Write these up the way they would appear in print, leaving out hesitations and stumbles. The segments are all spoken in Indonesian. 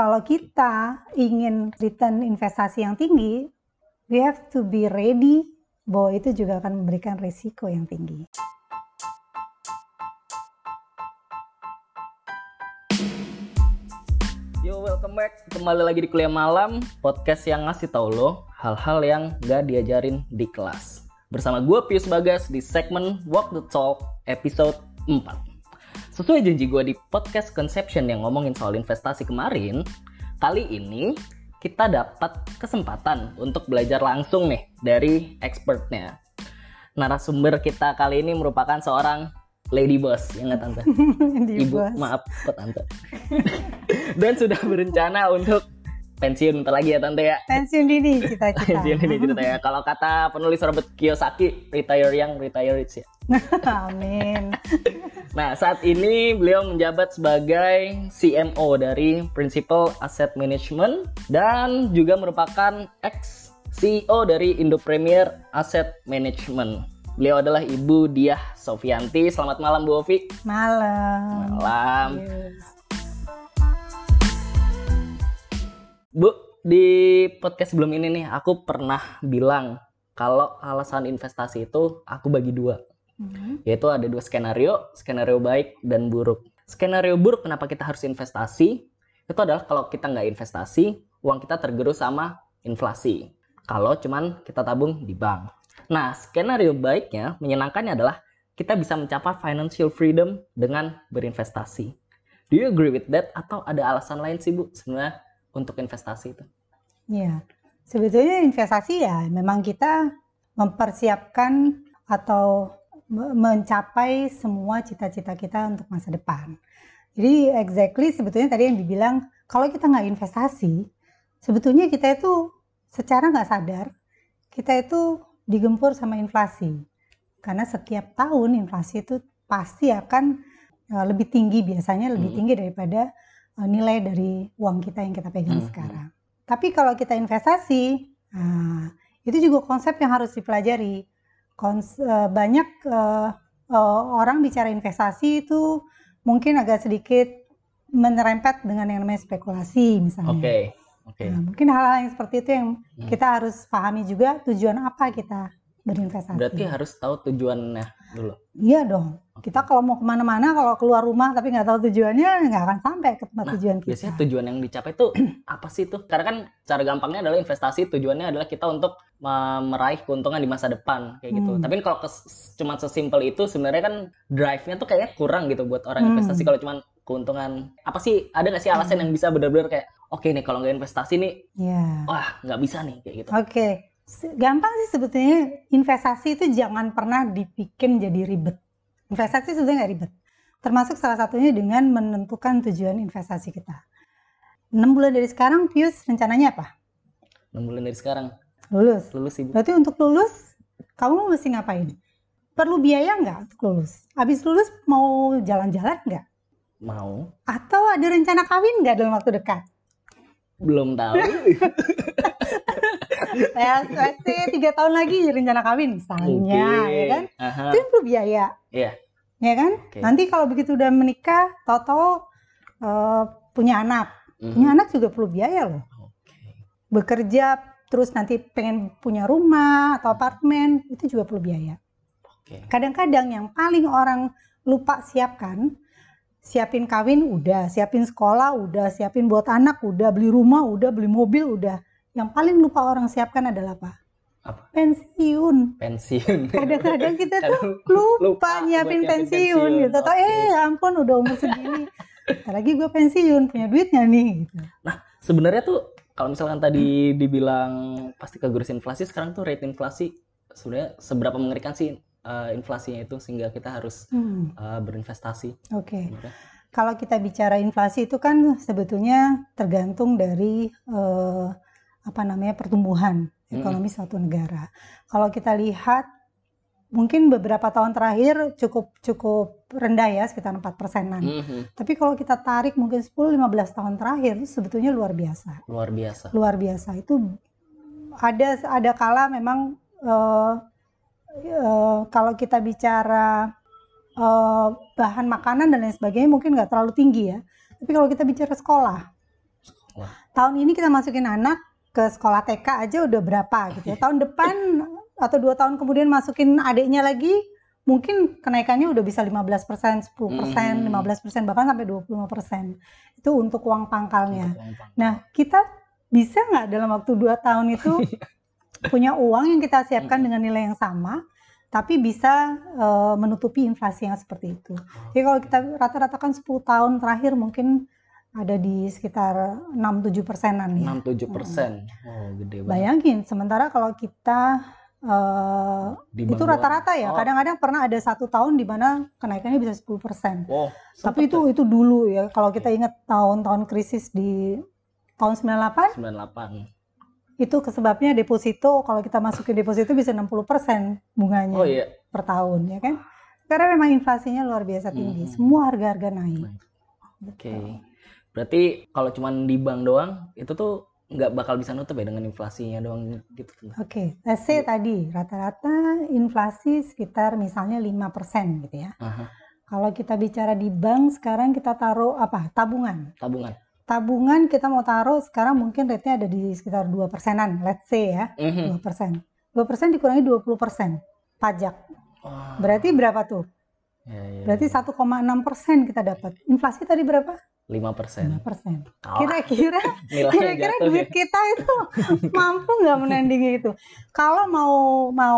kalau kita ingin return investasi yang tinggi, we have to be ready bahwa itu juga akan memberikan risiko yang tinggi. Yo, welcome back. Kembali lagi di Kuliah Malam, podcast yang ngasih tau lo hal-hal yang gak diajarin di kelas. Bersama gue Pius Bagas di segmen Walk the Talk episode 4. Sesuai janji gue di podcast Conception yang ngomongin soal investasi kemarin, kali ini kita dapat kesempatan untuk belajar langsung nih dari expertnya. Narasumber kita kali ini merupakan seorang lady boss, ya nggak Tante? Ibu, boss. Maaf kok Tante. Dan sudah berencana untuk pensiun bentar lagi ya Tante ya. Pensiun dini cita-cita. Pensiun dini cita-cita ya. Kalau kata penulis Robert Kiyosaki, retire young, retire rich ya. Amin. Nah, saat ini beliau menjabat sebagai CMO dari Principal Asset Management dan juga merupakan ex-CEO dari Indo Premier Asset Management. Beliau adalah Ibu Diah Sofianti. Selamat malam Bu Ovi. Malam. Malam. Yes. Bu, di podcast sebelum ini nih aku pernah bilang kalau alasan investasi itu aku bagi dua. Yaitu ada dua skenario baik dan buruk. Skenario buruk kenapa kita harus investasi, itu adalah kalau kita nggak investasi, uang kita tergerus sama inflasi. Kalau cuman kita tabung di bank. Nah, skenario baiknya, menyenangkannya adalah kita bisa mencapai financial freedom dengan berinvestasi. Do you agree with that? Atau ada alasan lain sih Bu sebenarnya untuk investasi itu? Ya, sebetulnya investasi ya memang kita mempersiapkan atau mencapai semua cita-cita kita untuk masa depan. Jadi exactly sebetulnya tadi yang dibilang, kalau kita nggak investasi, sebetulnya kita itu secara nggak sadar, kita itu digempur sama inflasi. Karena setiap tahun inflasi itu pasti akan lebih tinggi, biasanya lebih tinggi daripada nilai dari uang kita yang kita pegang sekarang. Tapi kalau kita investasi, itu juga konsep yang harus dipelajari. Banyak orang bicara investasi itu mungkin agak sedikit menyerempet dengan yang namanya spekulasi misalnya. Okay. Nah, mungkin hal-hal yang seperti itu yang kita harus pahami juga, tujuan apa kita berinvestasi. Berarti harus tahu tujuannya dulu. Iya dong. Kita kalau mau kemana-mana, kalau keluar rumah tapi nggak tahu tujuannya, nggak akan sampai ke tempat tujuan kita. Biasanya tujuan yang dicapai itu apa sih tuh? Karena kan cara gampangnya adalah investasi, tujuannya adalah kita untuk meraih keuntungan di masa depan kayak gitu. Tapi kalau cuma sesimpel itu sebenarnya kan drive-nya tuh kayaknya kurang gitu buat orang investasi. Kalau cuma keuntungan, apa sih, ada nggak sih alasan yang bisa benar-benar kayak oke nih kalau nggak investasi nih, wah nggak bisa nih kayak gitu. Oke. Gampang sih sebetulnya, investasi itu jangan pernah dibikin jadi ribet. Investasi sebetulnya nggak ribet. Termasuk salah satunya dengan menentukan tujuan investasi kita. 6 bulan dari sekarang, Pius, rencananya apa? 6 bulan dari sekarang? Lulus Ibu. Berarti untuk lulus, kamu mesti ngapain? Perlu biaya nggak untuk lulus? Habis lulus mau jalan-jalan nggak? Mau. Atau ada rencana kawin nggak dalam waktu dekat? Belum tahu. Ya, pasti 3 tahun lagi rencana kawin misalnya, ya kan? Itu yang perlu biaya. Iya. Ya kan? Nanti kalau begitu udah menikah, tahu-tahu punya anak. Punya anak juga perlu biaya loh. Bekerja, terus nanti pengen punya rumah atau apartemen, itu juga perlu biaya. Kadang-kadang yang paling orang lupa siapin kawin udah, siapin sekolah udah, siapin buat anak udah, beli rumah udah, beli mobil udah. Yang paling lupa orang siapkan adalah apa? Pensiun. Kadang-kadang kita tuh lupa nyiapin pensiun gitu. Atau ampun udah umur segini. Ntar lagi gue pensiun, punya duitnya nih gitu. Nah, sebenarnya tuh kalau misalkan tadi dibilang pasti kegurus inflasi, sekarang tuh rate inflasi sebenarnya seberapa mengerikan sih inflasinya itu sehingga kita harus berinvestasi. Oke. Kalau kita bicara inflasi itu kan sebetulnya tergantung dari pertumbuhan ekonomi suatu negara. Kalau kita lihat mungkin beberapa tahun terakhir cukup rendah ya, sekitar 4%-an. Tapi kalau kita tarik mungkin 10-15 tahun terakhir itu sebetulnya luar biasa. Luar biasa. Itu ada kala memang kalau kita bicara bahan makanan dan lain sebagainya mungkin nggak terlalu tinggi ya. Tapi kalau kita bicara sekolah Wah. Tahun ini kita masukin anak ke sekolah TK aja udah berapa gitu ya. Tahun depan atau 2 tahun kemudian masukin adiknya lagi, mungkin kenaikannya udah bisa 15%, 10%, 15%, bahkan sampai 25%. Itu untuk uang pangkalnya. Nah, kita bisa nggak dalam waktu 2 tahun itu punya uang yang kita siapkan dengan nilai yang sama, tapi bisa menutupi inflasi yang seperti itu. Jadi kalau kita rata-ratakan 10 tahun terakhir mungkin ada di sekitar 6-7%-an ya. 6-7%. Oh, gede banget. Bayangin, sementara kalau kita itu rata-rata ya. Kadang-kadang pernah ada 1 tahun di mana kenaikannya bisa 10%. Wow, tapi itu dulu ya. Kalau kita ingat tahun-tahun krisis di tahun 98. Itu sebabnya deposito, kalau kita masukin deposito bisa 60% bunganya per tahun ya kan. Karena memang inflasinya luar biasa tinggi. Semua harga-harga naik. Oke. Berarti kalau cuma di bank doang itu tuh nggak bakal bisa nutup ya dengan inflasinya doang gitu. Oke, let's say tadi rata-rata inflasi sekitar misalnya 5% gitu ya. Kalau kita bicara di bank sekarang kita taruh apa? Tabungan kita mau taruh sekarang mungkin rate-nya ada di sekitar 2%-an, let's say ya. 2%. 2% dikurangi 20% pajak. Berarti berapa tuh? Berarti 1,6% kita dapat. Inflasi tadi berapa? 5%. Kira-kira duit kita itu mampu nggak menandingi itu? Kalau mau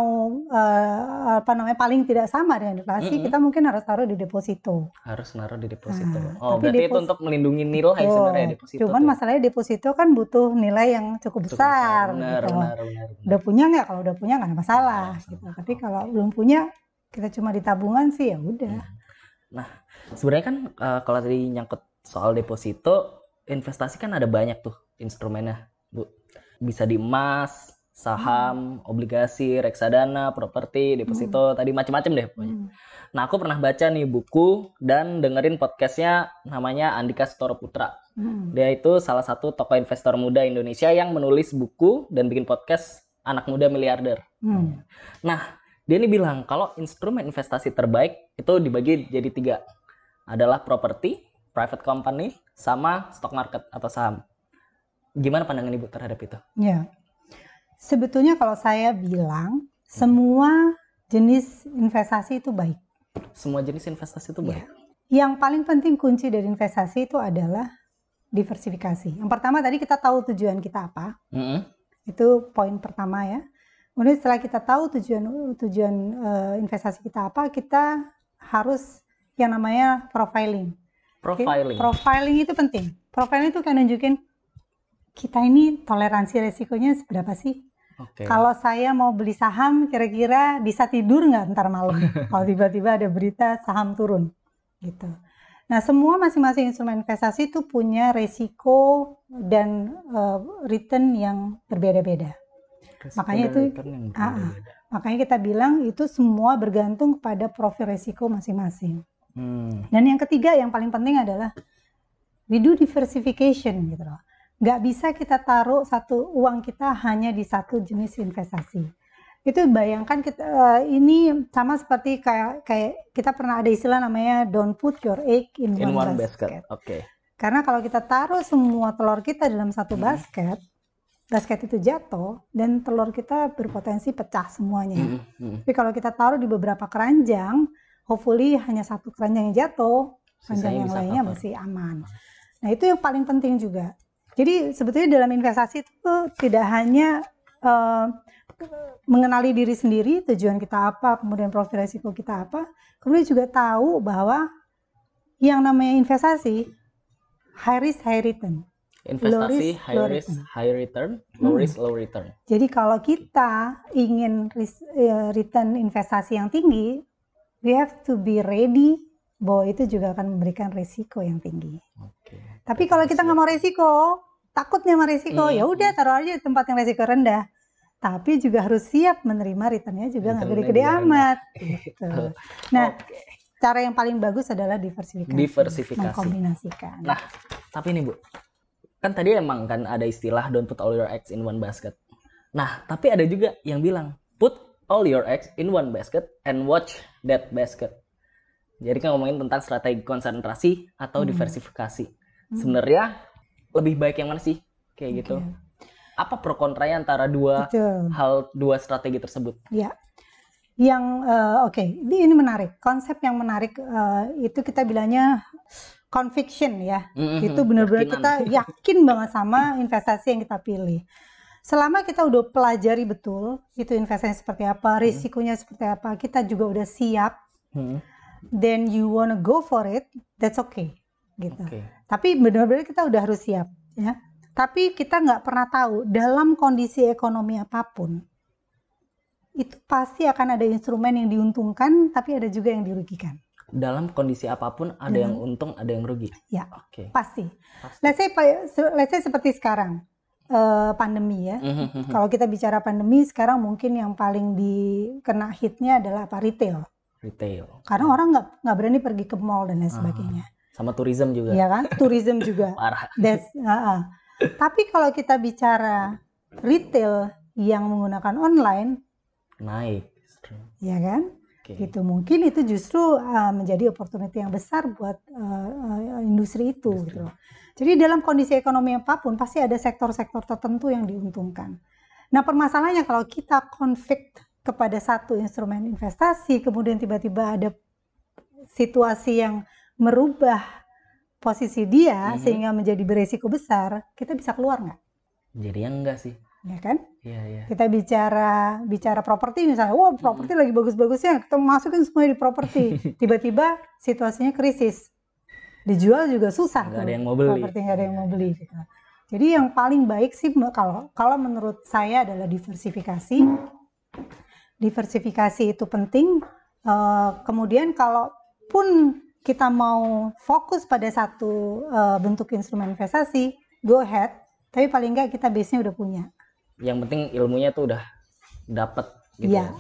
paling tidak sama dengan inflasi, kita mungkin harus taruh di deposito. Harus naruh di deposito. Berarti itu untuk melindungi nilai sebenarnya deposito. Cuman masalahnya deposito kan butuh nilai yang cukup besar. Benar. Udah punya nggak? Kalau udah punya nggak ada masalah. Gitu. Tapi kalau belum punya, kita cuma di tabungan sih ya udah. Nah, sebenarnya kan kalau tadi nyangkut soal deposito, investasi kan ada banyak tuh instrumennya, Bu. Bisa di emas, saham, obligasi, reksadana, properti, deposito, tadi macam-macam deh pokoknya. Nah, aku pernah baca nih buku dan dengerin podcastnya namanya Andika Sutoro Putra. Dia itu salah satu tokoh investor muda Indonesia yang menulis buku dan bikin podcast Anak Muda Miliarder. Nah, dia ini bilang kalau instrumen investasi terbaik itu dibagi jadi 3. Adalah properti, private company, sama stock market atau saham. Gimana pandangan Ibu terhadap itu? Ya, sebetulnya kalau saya bilang semua jenis investasi itu baik. Semua jenis investasi itu baik. Yang paling penting kunci dari investasi itu adalah diversifikasi. Yang pertama tadi kita tahu tujuan kita apa. Itu poin pertama ya. Kemudian setelah kita tahu tujuan investasi kita apa, kita harus yang namanya profiling. Profiling itu penting. Profiling itu kan nunjukin kita ini toleransi resikonya seberapa sih? Kalau saya mau beli saham, kira-kira bisa tidur nggak ntar malam? Kalau tiba-tiba ada berita saham turun, gitu. Nah, semua masing-masing instrumen investasi itu punya resiko dan return yang berbeda-beda. Makanya kita bilang itu semua bergantung kepada profil resiko masing-masing. Dan yang ketiga yang paling penting adalah we do diversification gitu loh. Nggak bisa kita taruh uang kita hanya di satu jenis investasi. Itu bayangkan kita ini sama seperti kayak kita pernah ada istilah namanya don't put your egg in one basket. Karena kalau kita taruh semua telur kita dalam satu basket itu jatuh dan telur kita berpotensi pecah semuanya. Tapi kalau kita taruh di beberapa keranjang, hopefully hanya satu keranjang yang jatuh, keranjang yang lainnya masih aman. Nah, itu yang paling penting juga. Jadi sebetulnya dalam investasi itu tidak hanya mengenali diri sendiri, tujuan kita apa, kemudian profil risiko kita apa, kemudian juga tahu bahwa yang namanya investasi high risk high return. Investasi high risk high return, low risk low return. Jadi kalau kita ingin return investasi yang tinggi, we have to be ready bahwa itu juga akan memberikan risiko yang tinggi. Tapi kalau kita nggak mau risiko, takutnya sama risiko, ya udah taruh aja di tempat yang risiko rendah. Tapi juga harus siap menerima returnnya juga nggak gede-gede amat. Gitu. Nah, cara yang paling bagus adalah diversifikasi. Mengkombinasikan. Nah, tapi nih Bu, kan tadi emang kan ada istilah don't put all your eggs in one basket. Nah, tapi ada juga yang bilang put all your eggs in one basket and watch that basket. Jadi kan ngomongin tentang strategi konsentrasi atau diversifikasi. Sebenarnya lebih baik yang mana sih kayak gitu? Apa pro kontranya antara dua strategi tersebut? Ya, yang ini menarik. Konsep yang menarik itu kita bilangnya conviction ya. Itu benar-benar kita yakin banget sama investasi yang kita pilih. Selama kita udah pelajari betul itu investasi seperti apa, risikonya seperti apa, kita juga udah siap, then you wanna go for it, that's okay, gitu. Tapi benar-benar kita udah harus siap, ya. Tapi kita nggak pernah tahu dalam kondisi ekonomi apapun, itu pasti akan ada instrumen yang diuntungkan, tapi ada juga yang dirugikan. Dalam kondisi apapun ada yang untung, ada yang rugi. Ya, pasti. Let's say seperti sekarang. Pandemi ya. Kalau kita bicara pandemi sekarang mungkin yang paling dikena hitnya adalah apa? Retail. Karena orang nggak berani pergi ke mall dan lain sebagainya. Sama tourism juga. Iya kan? Tourism juga. Parah. Tapi kalau kita bicara retail yang menggunakan online, naik. Ya kan? Gitu. Mungkin itu justru menjadi opportunity yang besar buat industri itu. Gitu. Jadi dalam kondisi ekonomi apapun pasti ada sektor-sektor tertentu yang diuntungkan. Nah permasalahannya kalau kita konflik kepada satu instrumen investasi, kemudian tiba-tiba ada situasi yang merubah posisi dia sehingga menjadi beresiko besar, kita bisa keluar nggak? Jadinya enggak sih. Ya kan? Iya. Kita bicara properti misalnya, wah properti lagi bagus-bagusnya, kita masukin semuanya di properti. Tiba-tiba situasinya krisis. Dijual juga susah, nggak ada yang mau beli. Properti nggak ada yang mau beli. Gitu. Jadi yang paling baik sih kalau menurut saya adalah diversifikasi. Diversifikasi itu penting. Kemudian kalaupun kita mau fokus pada satu bentuk instrumen investasi, go ahead. Tapi paling nggak kita base-nya udah punya. Yang penting ilmunya tuh udah dapet. Gitu. Iya.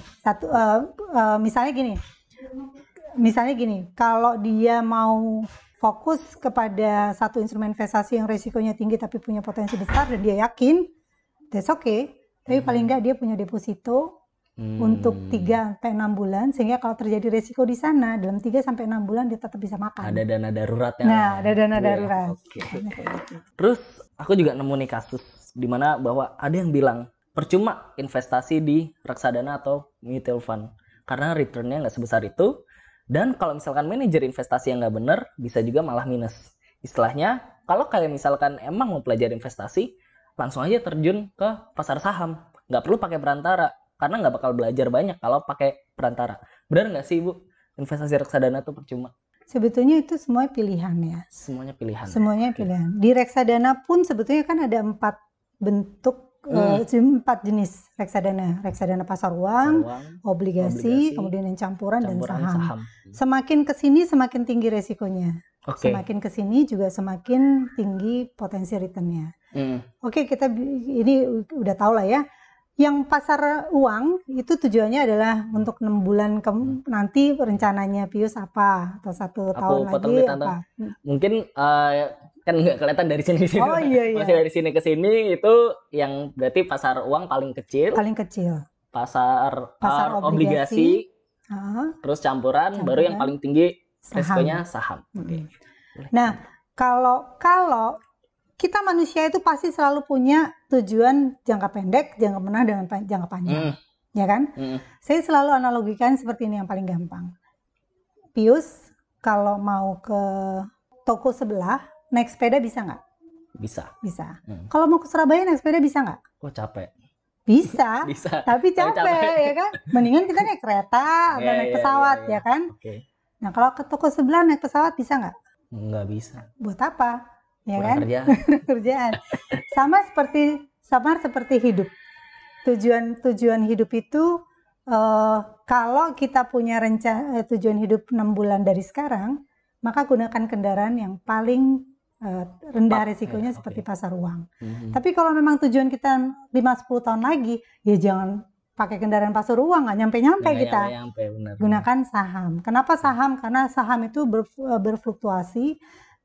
Misalnya gini, kalau dia mau fokus kepada satu instrumen investasi yang resikonya tinggi tapi punya potensi besar dan dia yakin, that's okay. Tapi paling nggak dia punya deposito untuk 3-6 bulan, sehingga kalau terjadi resiko di sana dalam 3-6 bulan dia tetap bisa makan. Ada dana darurat ya. Nah, ada dana darurat. Terus aku juga nemu nih kasus di mana bahwa ada yang bilang percuma investasi di reksadana atau mutual fund karena returnnya nggak sebesar itu. Dan kalau misalkan manajer investasi yang nggak bener, bisa juga malah minus. Istilahnya, kalau kayak misalkan emang mau pelajari investasi, langsung aja terjun ke pasar saham. Nggak perlu pakai perantara, karena nggak bakal belajar banyak kalau pakai perantara. Benar nggak sih, Bu? Investasi reksadana itu percuma? Sebetulnya itu semua pilihan ya. Semuanya pilihan. Semuanya pilihan. Di reksadana pun sebetulnya kan ada 4 bentuk, 4 jenis reksadana. Reksadana pasar uang, obligasi, kemudian yang campuran dan saham. Semakin kesini semakin tinggi resikonya. Semakin kesini juga semakin tinggi potensi returnnya. Kita ini udah tahu lah ya. Yang pasar uang itu tujuannya adalah untuk 6 bulan nanti rencananya Pius apa, atau 1 tahun lagi apa. Mungkin kan nggak kelihatan dari sini ke sini. Oh iya. Masih dari sini ke sini itu yang berarti pasar uang paling kecil. Pasar obligasi. Terus campuran, baru yang paling tinggi resikonya saham. Nah, kalau kita manusia itu pasti selalu punya tujuan jangka pendek, jangka menengah, dan jangka panjang. Ya kan? Saya selalu analogikan seperti ini yang paling gampang. Pius kalau mau ke toko sebelah naik sepeda bisa nggak? Bisa. Kalau mau ke Surabaya naik sepeda bisa nggak? Kok capek? Bisa. Tapi capek ya kan? Mendingan kita naik kereta atau naik pesawat ya kan? Nah kalau ke toko sebelah naik pesawat bisa nggak? Nggak bisa. Buat apa? Ya kurang kan? Kerjaan. Sama seperti hidup. Tujuan hidup itu kalau kita punya tujuan hidup 6 bulan dari sekarang, maka gunakan kendaraan yang paling rendah risikonya seperti pasar uang. Tapi kalau memang tujuan kita 5-10 tahun lagi, ya jangan pakai kendaraan pasar uang, nggak nyampe-nyampe kita. Benar. Gunakan saham. Kenapa saham? Karena saham itu berfluktuasi,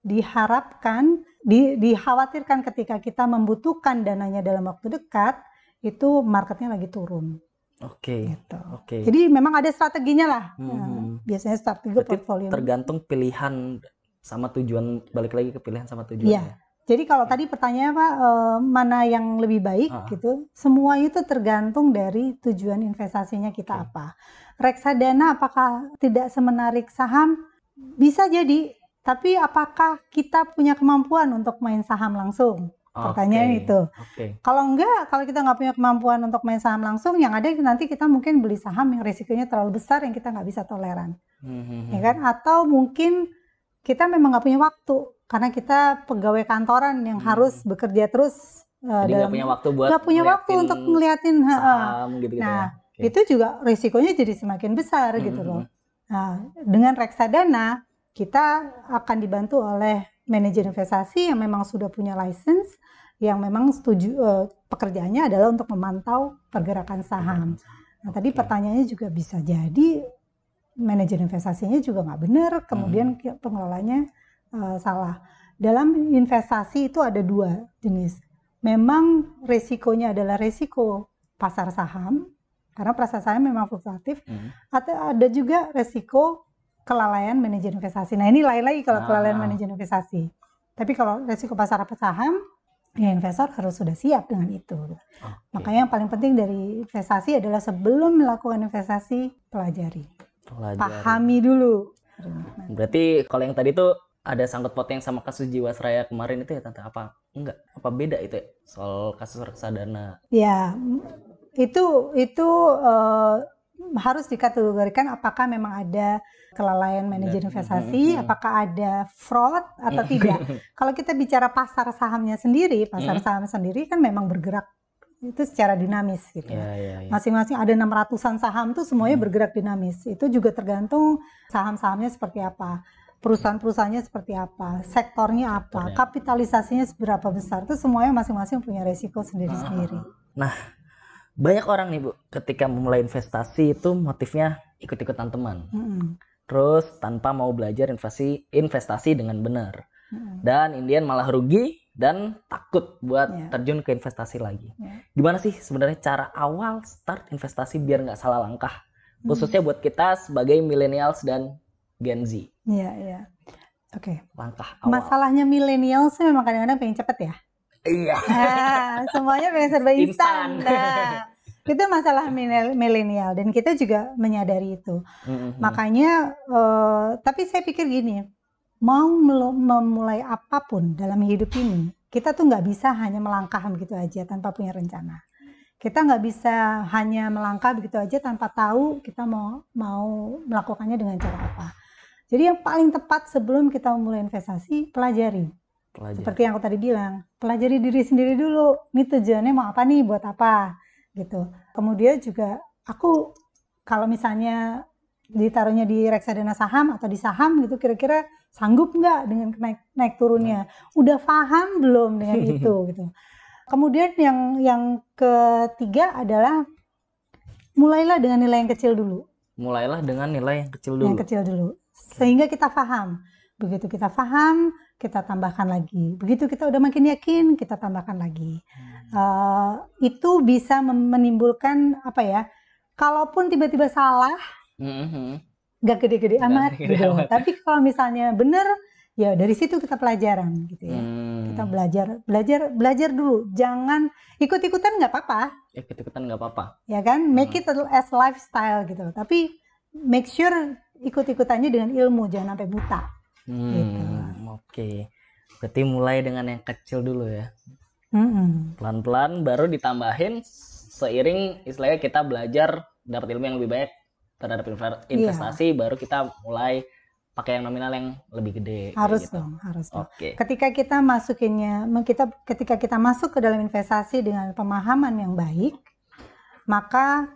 dikhawatirkan ketika kita membutuhkan dananya dalam waktu dekat, itu marketnya lagi turun. Gitu. Jadi memang ada strateginya lah. Biasanya strategi portfolio. Tergantung pilihan sama tujuan, balik lagi ke pilihan sama tujuan. Iya, Jadi kalau tadi pertanyaannya Pak, mana yang lebih baik gitu, semua itu tergantung dari tujuan investasinya kita apa. Reksadana apakah tidak semenarik saham? Bisa jadi, tapi apakah kita punya kemampuan untuk main saham langsung? Pertanyaan itu. Kalau enggak, kalau kita nggak punya kemampuan untuk main saham langsung, yang ada nanti kita mungkin beli saham yang risikonya terlalu besar yang kita nggak bisa toleran. Ya kan? Atau mungkin kita memang nggak punya waktu karena kita pegawai kantoran yang harus bekerja terus. Jadi nggak punya waktu buat nggak punya waktu untuk ngeliatin saham gitu-gitu. Nah, itu juga risikonya jadi semakin besar gitu loh. Nah, dengan reksadana kita akan dibantu oleh manajer investasi yang memang sudah punya license, yang memang pekerjaannya adalah untuk memantau pergerakan saham. Nah, tadi pertanyaannya juga bisa jadi manajer investasinya juga nggak benar, kemudian pengelolanya salah. Dalam investasi itu ada 2 jenis. Memang resikonya adalah resiko pasar saham, karena pasar saham memang fluktuatif, atau ada juga resiko kelalaian manajer investasi. Nah ini lain lagi kalau kelalaian manajer investasi. Tapi kalau resiko pasar saham, ya investor harus sudah siap dengan itu. Makanya yang paling penting dari investasi adalah sebelum melakukan investasi, pelajari. Pahami dulu. Berarti kalau yang tadi tuh ada sangkut pautnya yang sama kasus Jiwasraya kemarin itu ya Tante? Apa enggak? Apa beda itu ya soal kasus reksadana? Ya, itu harus dikategorikan apakah memang ada kelalaian manajer investasi, apakah ada fraud atau tidak. Kalau kita bicara pasar sahamnya sendiri, pasar saham sendiri kan memang bergerak itu secara dinamis gitu. Masing-masing ada 600-an saham tuh semuanya bergerak dinamis. Itu juga tergantung saham-sahamnya seperti apa, perusahaan-perusahaannya seperti apa, sektornya apa, kapitalisasinya seberapa besar. Itu semuanya masing-masing punya resiko sendiri-sendiri. Nah, banyak orang nih Bu, ketika memulai investasi itu motifnya ikut-ikutan teman. Terus tanpa mau belajar investasi dengan benar. Dan Indian malah rugi dan takut buat terjun ke investasi lagi. Gimana sih sebenarnya cara awal start investasi biar nggak salah langkah? Khususnya buat kita sebagai millennials dan Gen Z. Iya. Oke. Langkah awal. Masalahnya millennials memang kadang-kadang pengen cepet ya. Iya. Semuanya pengen serba instan. Nah, itu masalah milenial dan kita juga menyadari itu. Makanya, tapi saya pikir gini, mau memulai apapun dalam hidup ini, kita tuh nggak bisa hanya melangkah begitu aja tanpa punya rencana. Kita nggak bisa hanya melangkah begitu aja tanpa tahu kita mau melakukannya dengan cara apa. Jadi yang paling tepat sebelum kita memulai investasi, pelajari. Seperti yang aku tadi bilang, pelajari diri sendiri dulu. Ini tujuannya mau apa nih, buat apa gitu. Kemudian juga aku kalau misalnya ditaruhnya di reksadana saham atau di saham gitu, kira-kira sanggup nggak dengan naik turunnya? Udah paham belum dengan itu gitu. Kemudian yang ketiga adalah mulailah dengan nilai yang kecil dulu. Yang kecil dulu. Sehingga kita paham. Begitu kita paham, kita tambahkan lagi. Begitu kita udah makin yakin, kita tambahkan lagi. Itu bisa menimbulkan apa ya? Kalaupun tiba-tiba salah, nggak gede-gede amat gitu. Tapi kalau misalnya benar, ya dari situ kita pelajaran gitu ya. Kita belajar dulu. Jangan ikut-ikutan nggak apa-apa. Ya kan? Make it as lifestyle gitu. Tapi make sure ikut-ikutannya dengan ilmu, jangan sampai buta. Gitu. Oke. Berarti mulai dengan yang kecil dulu ya. Pelan-pelan baru ditambahin seiring istilahnya kita belajar dapat ilmu yang lebih banyak terhadap investasi, baru kita mulai pakai yang nominal yang lebih gede. Harus gitu. dong. Oke. Ketika kita masuk ke dalam investasi dengan pemahaman yang baik, maka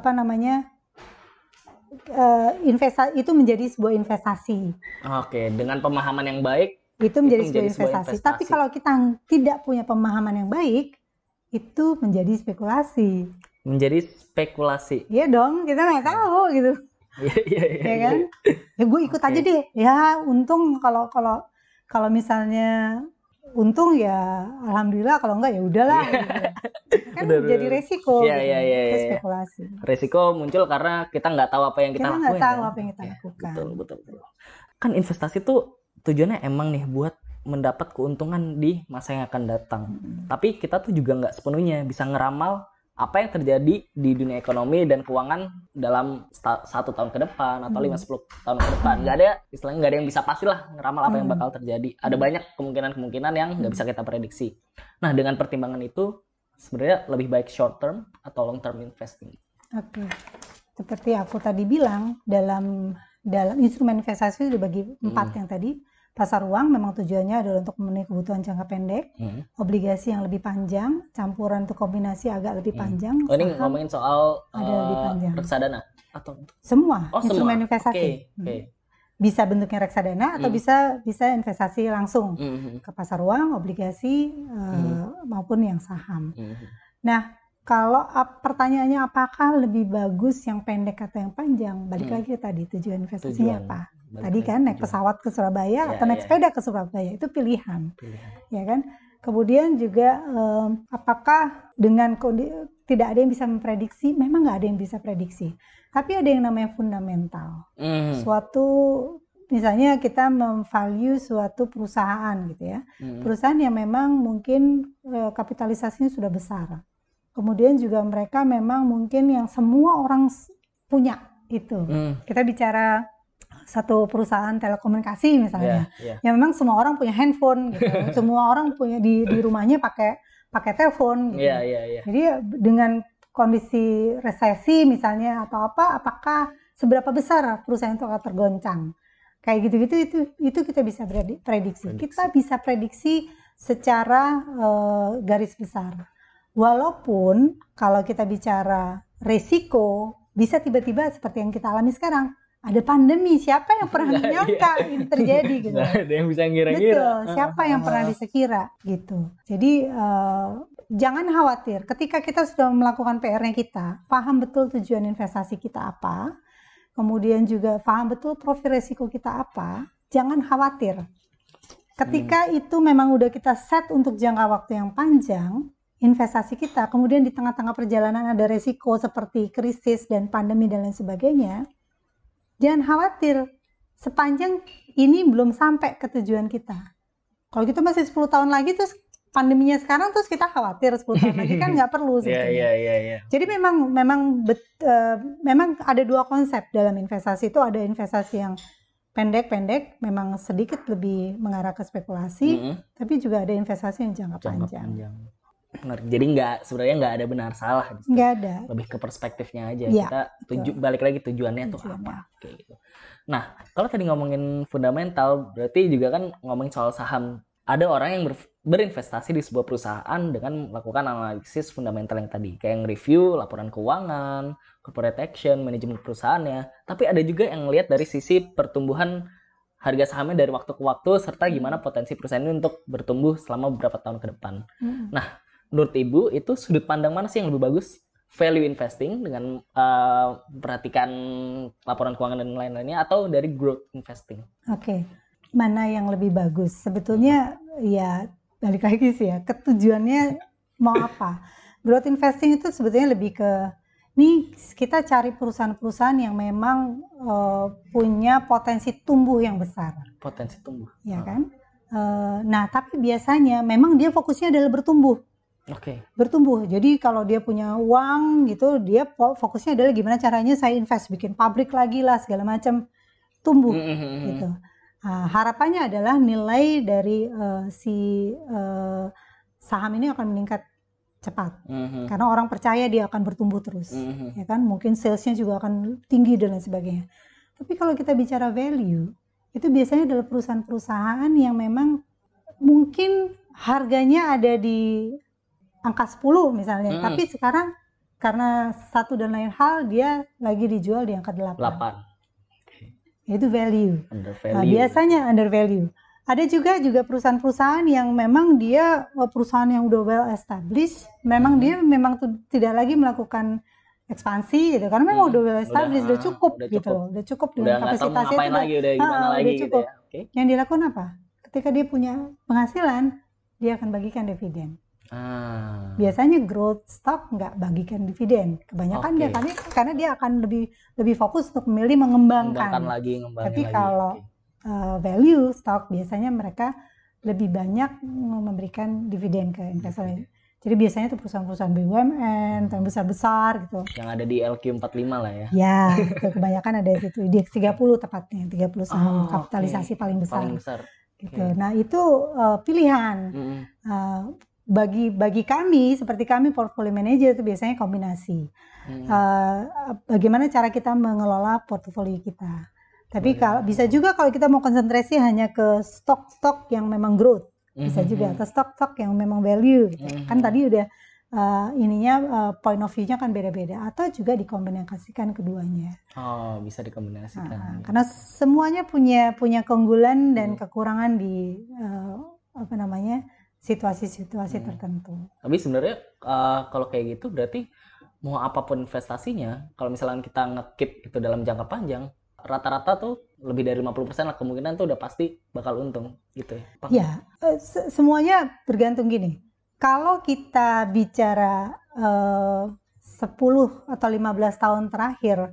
itu menjadi sebuah investasi. Oke, dengan pemahaman yang baik itu menjadi sebuah investasi. Tapi kalau kita tidak punya pemahaman yang baik, itu menjadi spekulasi. Iya dong, kita nggak tahu gitu. Iya kan? Ya gue ikut aja deh. Ya untung kalau misalnya untung ya alhamdulillah, kalau enggak ya udahlah. Gitu. Kan jadi resiko. Itu spekulasi. Resiko muncul karena kita nggak tahu apa yang kita lakukan. Kita nggak tahu apa yang kita lakukan. Betul. Kan investasi tuh tujuannya emang nih buat mendapat keuntungan di masa yang akan datang. Tapi kita tuh juga nggak sepenuhnya bisa ngeramal apa yang terjadi di dunia ekonomi dan keuangan dalam 1 tahun ke depan atau 5-10 tahun ke depan. Nggak ada, istilahnya nggak ada yang bisa pastilah ngeramal apa yang bakal terjadi. Ada banyak kemungkinan-kemungkinan yang nggak bisa kita prediksi. Nah, dengan pertimbangan itu sebenarnya lebih baik short term atau long term investing. Oke. Seperti aku tadi bilang, dalam instrumen investasi itu dibagi 4 yang tadi. Pasar uang memang tujuannya adalah untuk memenuhi kebutuhan jangka pendek. Obligasi yang lebih panjang, campuran untuk kombinasi agak lebih panjang. Oh, ini ngomongin soal ada lebih panjang. reksadana atau semua instrumen semua investasi. Okay. Bisa bentuknya reksadana atau bisa investasi langsung ke pasar uang, obligasi maupun yang saham. Nah, kalau pertanyaannya apakah lebih bagus yang pendek atau yang panjang, balik lagi tadi tujuan investasinya apa? Tadi kan naik pesawat ke Surabaya atau naik sepeda ke Surabaya, itu pilihan. Ya kan? Kemudian juga apakah dengan tidak ada yang bisa memprediksi, memang nggak ada yang bisa prediksi. Tapi ada yang namanya fundamental. Suatu, misalnya kita memvalue suatu perusahaan gitu ya. Perusahaan yang memang mungkin kapitalisasinya sudah besar. Kemudian juga mereka memang mungkin yang semua orang punya itu. Kita bicara satu perusahaan telekomunikasi misalnya, yang memang semua orang punya handphone gitu. Semua orang punya di rumahnya pakai telepon gitu. Jadi dengan kondisi resesi misalnya atau apakah seberapa besar perusahaan itu akan tergoncang? Kayak gitu-gitu itu kita bisa prediksi. Kita bisa prediksi secara garis besar. Walaupun kalau kita bicara resiko, bisa tiba-tiba seperti yang kita alami sekarang, ada pandemi, siapa yang pernah menyangka ini terjadi gitu. Nggak ada yang bisa ngira-ngira. Betul, siapa yang pernah disekira gitu. Jadi jangan khawatir, ketika kita sudah melakukan PR-nya kita, paham betul tujuan investasi kita apa, kemudian juga paham betul profil resiko kita apa, jangan khawatir. Ketika itu memang udah kita set untuk jangka waktu yang panjang, investasi kita, kemudian di tengah-tengah perjalanan ada resiko seperti krisis dan pandemi dan lain sebagainya, jangan khawatir, sepanjang ini belum sampai ke tujuan kita. Kalau kita masih 10 tahun lagi terus pandeminya sekarang terus kita khawatir 10 tahun lagi kan nggak perlu sebetulnya. Jadi memang ada 2 konsep dalam investasi itu, ada investasi yang pendek-pendek, memang sedikit lebih mengarah ke spekulasi, tapi juga ada investasi yang jangka panjang. Benar. Jadi sebenarnya nggak ada benar salah. Nggak ada. Lebih ke perspektifnya aja. Ya, kita balik lagi tujuannya tuh apa. Kayak gitu. Nah, kalau tadi ngomongin fundamental, berarti juga kan ngomongin soal saham. Ada orang yang berinvestasi di sebuah perusahaan dengan melakukan analisis fundamental yang tadi, kayak review laporan keuangan, corporate action, manajemen perusahaannya. Tapi ada juga yang lihat dari sisi pertumbuhan harga sahamnya dari waktu ke waktu, serta gimana potensi perusahaan ini untuk bertumbuh selama beberapa tahun ke depan. Nah, menurut Ibu, itu sudut pandang mana sih yang lebih bagus? Value investing dengan perhatikan laporan keuangan dan lain-lainnya, atau dari growth investing? Oke. Mana yang lebih bagus? Sebetulnya ya balik lagi sih ya, ketujuannya mau apa. Growth investing itu sebetulnya lebih ke, nih kita cari perusahaan-perusahaan yang memang punya potensi tumbuh yang besar. Potensi tumbuh. Ya kan? Nah, tapi biasanya memang dia fokusnya adalah bertumbuh. Bertumbuh. Jadi kalau dia punya uang gitu, dia fokusnya adalah gimana caranya saya invest, bikin pabrik lagi lah segala macam, tumbuh gitu. Harapannya adalah nilai dari saham ini akan meningkat cepat, karena orang percaya dia akan bertumbuh terus, ya kan? Mungkin salesnya juga akan tinggi dan lain sebagainya. Tapi kalau kita bicara value, itu biasanya adalah perusahaan-perusahaan yang memang mungkin harganya ada di angka 10 misalnya, tapi sekarang karena satu dan lain hal dia lagi dijual di angka 8. Itu value. Biasanya under value. Ada juga perusahaan-perusahaan yang memang dia perusahaan yang udah well established, memang dia memang tidak lagi melakukan ekspansi gitu, karena memang udah well established, udah cukup gitu loh, udah cukup dengan kapasitasnya itu udah cukup. Gitu ya. Yang dilakukan apa? Ketika dia punya penghasilan, dia akan bagikan dividen. Biasanya growth stock nggak bagikan dividen, kebanyakan dia karena dia akan lebih fokus untuk memilih mengembangkan. Tapi kalau value stock biasanya mereka lebih banyak memberikan dividen ke investor. Jadi biasanya itu perusahaan-perusahaan BUMN, yang besar-besar gitu. Yang ada di LQ45 lah ya. Ya, itu kebanyakan ada di situ. Indeks 30 tepatnya, 30 saham kapitalisasi paling besar. Paling besar. Gitu. Nah, itu pilihan. Bagi kami, seperti kami portfolio manager itu biasanya kombinasi. Bagaimana cara kita mengelola portofolio kita. Tapi bisa juga kalau kita mau konsentrasi hanya ke stok-stok yang memang growth. Bisa juga, atau stok-stok yang memang value gitu. Kan tadi udah point of view-nya kan beda-beda, atau juga dikombinasikan keduanya. Oh, bisa dikombinasikan. Karena semuanya punya keunggulan dan kekurangan di situasi-situasi tertentu. Tapi sebenarnya kalau kayak gitu berarti mau apapun investasinya, kalau misalnya kita nge-keep itu dalam jangka panjang, rata-rata tuh lebih dari 50% lah kemungkinan tuh udah pasti bakal untung gitu ya. Ya, semuanya bergantung gini. Kalau kita bicara 10 atau 15 tahun terakhir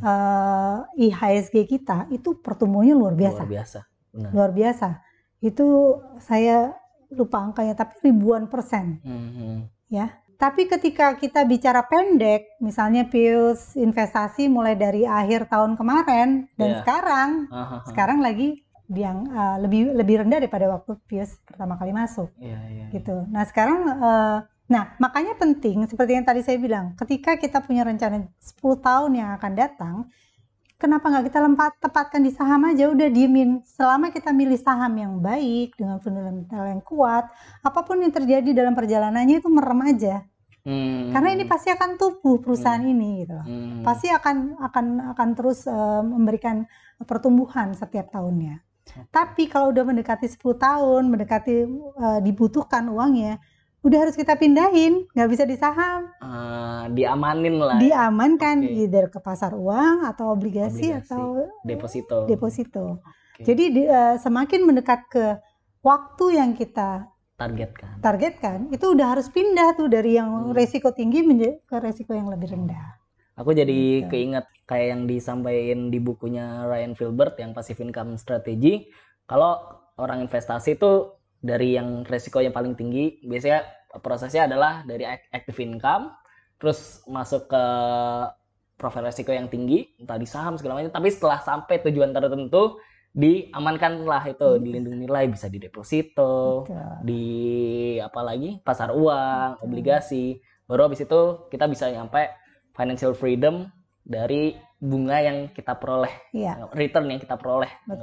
IHSG kita itu pertumbuhannya luar biasa. Benar. Luar biasa. Itu saya lupa angkanya, tapi ribuan persen. Ya. Tapi ketika kita bicara pendek, misalnya Pius investasi mulai dari akhir tahun kemarin dan sekarang lagi yang lebih rendah daripada waktu Pius pertama kali masuk. Gitu. Nah, sekarang makanya penting seperti yang tadi saya bilang, ketika kita punya rencana 10 tahun yang akan datang, kenapa nggak kita tepatkan di saham aja, udah diemin. Selama kita milih saham yang baik, dengan fundamental yang kuat, apapun yang terjadi dalam perjalanannya itu merem aja. Karena ini pasti akan tumbuh perusahaan ini gitu. Pasti akan terus memberikan pertumbuhan setiap tahunnya. Tapi kalau udah mendekati 10 tahun, dibutuhkan uangnya, udah harus kita pindahin, nggak bisa di saham. Diamanin lah. Diamankan either ke pasar uang atau obligasi. Atau deposito. Jadi semakin mendekat ke waktu yang kita targetkan, itu udah harus pindah tuh dari yang resiko tinggi ke resiko yang lebih rendah. Aku jadi keinget kayak yang disampaikan di bukunya Ryan Filbert yang Passive Income Strategy. Kalau orang investasi itu dari yang resiko yang paling tinggi, biasanya prosesnya adalah dari active income, terus masuk ke profil resiko yang tinggi, entah di saham segala macam. Tapi setelah sampai tujuan tertentu, diamankan lah itu, dilindungi nilai, bisa di deposito, di pasar uang, obligasi. Baru habis itu kita bisa nyampe financial freedom dari bunga yang kita peroleh, return yang kita peroleh.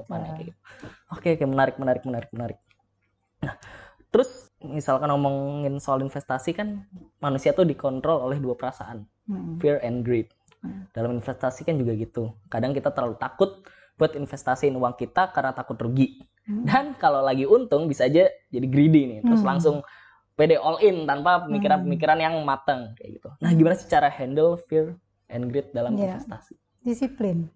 Oke, menarik. Nah, terus misalkan ngomongin soal investasi kan manusia tuh dikontrol oleh dua perasaan, fear and greed. Dalam investasi kan juga gitu. Kadang kita terlalu takut buat investasiin uang kita karena takut rugi. Dan kalau lagi untung bisa aja jadi greedy nih, terus langsung pede all in tanpa pemikiran-pemikiran yang matang kayak gitu. Nah, gimana sih cara handle fear and greed dalam investasi? Disiplin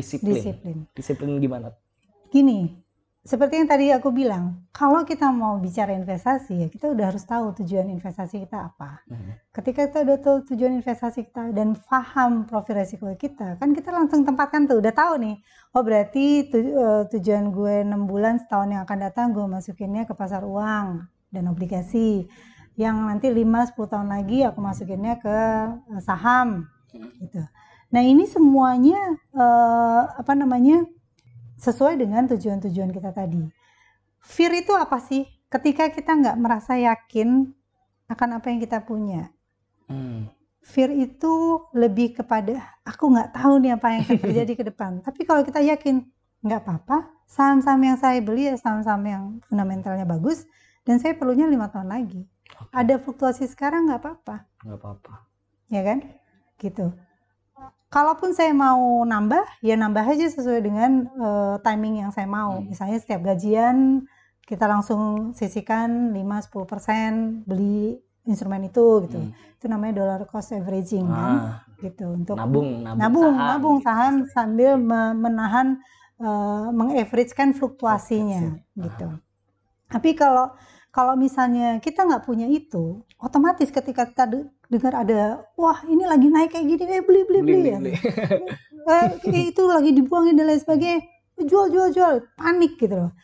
Gimana? Gini, seperti yang tadi aku bilang, kalau kita mau bicara investasi ya kita udah harus tahu tujuan investasi kita apa. Ketika kita udah tahu tujuan investasi kita dan paham profil resiko kita, kan kita langsung tempatkan tuh, udah tahu nih, oh berarti tujuan gue 6 bulan setahun yang akan datang gue masukinnya ke pasar uang dan obligasi. Yang nanti 5-10 tahun lagi aku masukinnya ke saham gitu. Nah, ini semuanya sesuai dengan tujuan-tujuan kita tadi. Fear itu apa sih? Ketika kita nggak merasa yakin akan apa yang kita punya. Fear itu lebih kepada aku nggak tahu nih apa yang akan terjadi ke depan. Tapi kalau kita yakin nggak apa-apa, saham-saham yang saya beli ya saham-saham yang fundamentalnya bagus dan saya perlunya 5 tahun lagi. Ada fluktuasi sekarang nggak apa-apa. Ya kan? Gitu. Kalaupun saya mau nambah, ya nambah aja sesuai dengan timing yang saya mau. Misalnya setiap gajian kita langsung sisihkan 5-10% beli instrumen itu gitu. Itu namanya dollar cost averaging kan. Gitu untuk nabung saham sambil menahan mengaverage-kan fluktuasinya gitu. Tapi kalau misalnya kita nggak punya itu, otomatis ketika kita dengar ada, wah ini lagi naik kayak gini, beli ya. Itu lagi dibuangin dan lain sebagainya, jual, panik gitu loh.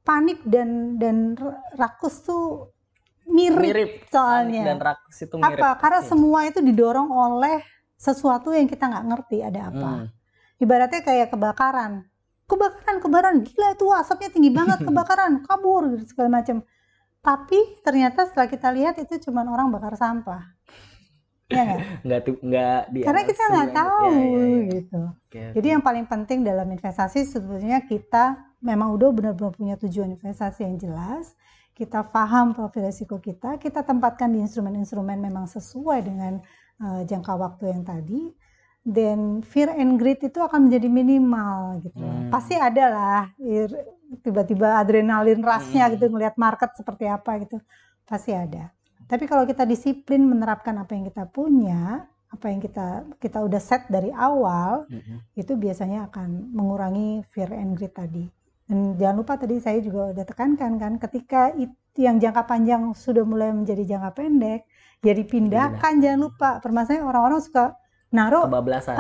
panik dan rakus tuh mirip soalnya. Panik dan rakus itu mirip. Apa? Karena semua itu didorong oleh sesuatu yang kita nggak ngerti ada apa. Ibaratnya kayak kebakaran, gila itu asapnya tinggi banget, kebakaran, kabur segala macam. Tapi ternyata setelah kita lihat itu cuma orang bakar sampah. Ya nggak karena kita nggak tahu gitu. Okay. Jadi yang paling penting dalam investasi sebetulnya kita memang udah benar-benar punya tujuan investasi yang jelas. Kita paham profil risiko kita tempatkan di instrumen-instrumen memang sesuai dengan jangka waktu yang tadi. Dan fear and greed itu akan menjadi minimal gitu. Pasti ada lah tiba-tiba adrenalin rush-nya gitu ngelihat market seperti apa gitu. Pasti ada. Tapi kalau kita disiplin menerapkan apa yang kita punya, apa yang kita udah set dari awal, itu biasanya akan mengurangi fear and greed tadi. Dan jangan lupa tadi saya juga udah tekankan kan, ketika itu yang jangka panjang sudah mulai menjadi jangka pendek, ya dipindahkan. Jangan lupa, permasalahannya orang-orang suka naruh kebablasan.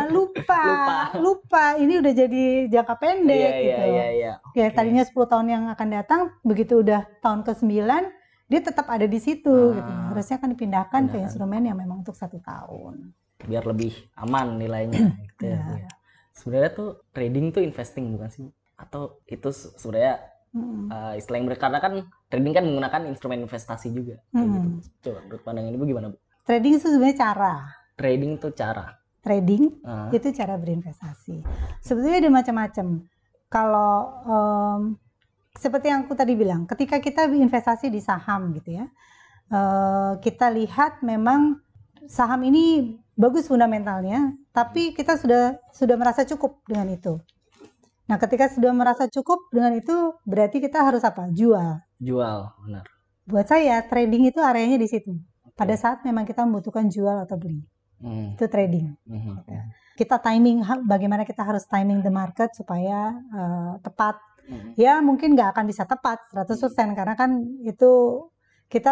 Lupa. Ini udah jadi jangka pendek gitu. Kayak tadinya 10 tahun yang akan datang, begitu udah tahun ke-9, dia tetap ada di situ gitu. Harusnya kan dipindahkan ke instrumen yang memang untuk 1 tahun. Biar lebih aman nilainya gitu ya. Sebenarnya tuh trading tuh investing bukan sih? Atau itu sebenarnya istilah yang karena kan trading kan menggunakan instrumen investasi juga gitu. Coba menurut pandangan Ibu gimana, Bu? Trading itu sebenarnya cara. Trading itu cara. Itu cara berinvestasi. Sebetulnya ada macam-macam. Kalau seperti yang aku tadi bilang, ketika kita investasi di saham gitu ya, kita lihat memang saham ini bagus fundamentalnya, tapi kita sudah merasa cukup dengan itu. Nah, ketika sudah merasa cukup dengan itu, berarti kita harus apa? Jual, benar. Buat saya, trading itu areanya di situ. Pada saat memang kita membutuhkan jual atau beli. Itu trading. Kita timing, bagaimana kita harus timing the market supaya tepat. Ya, mungkin nggak akan bisa tepat 100%, karena kan itu kita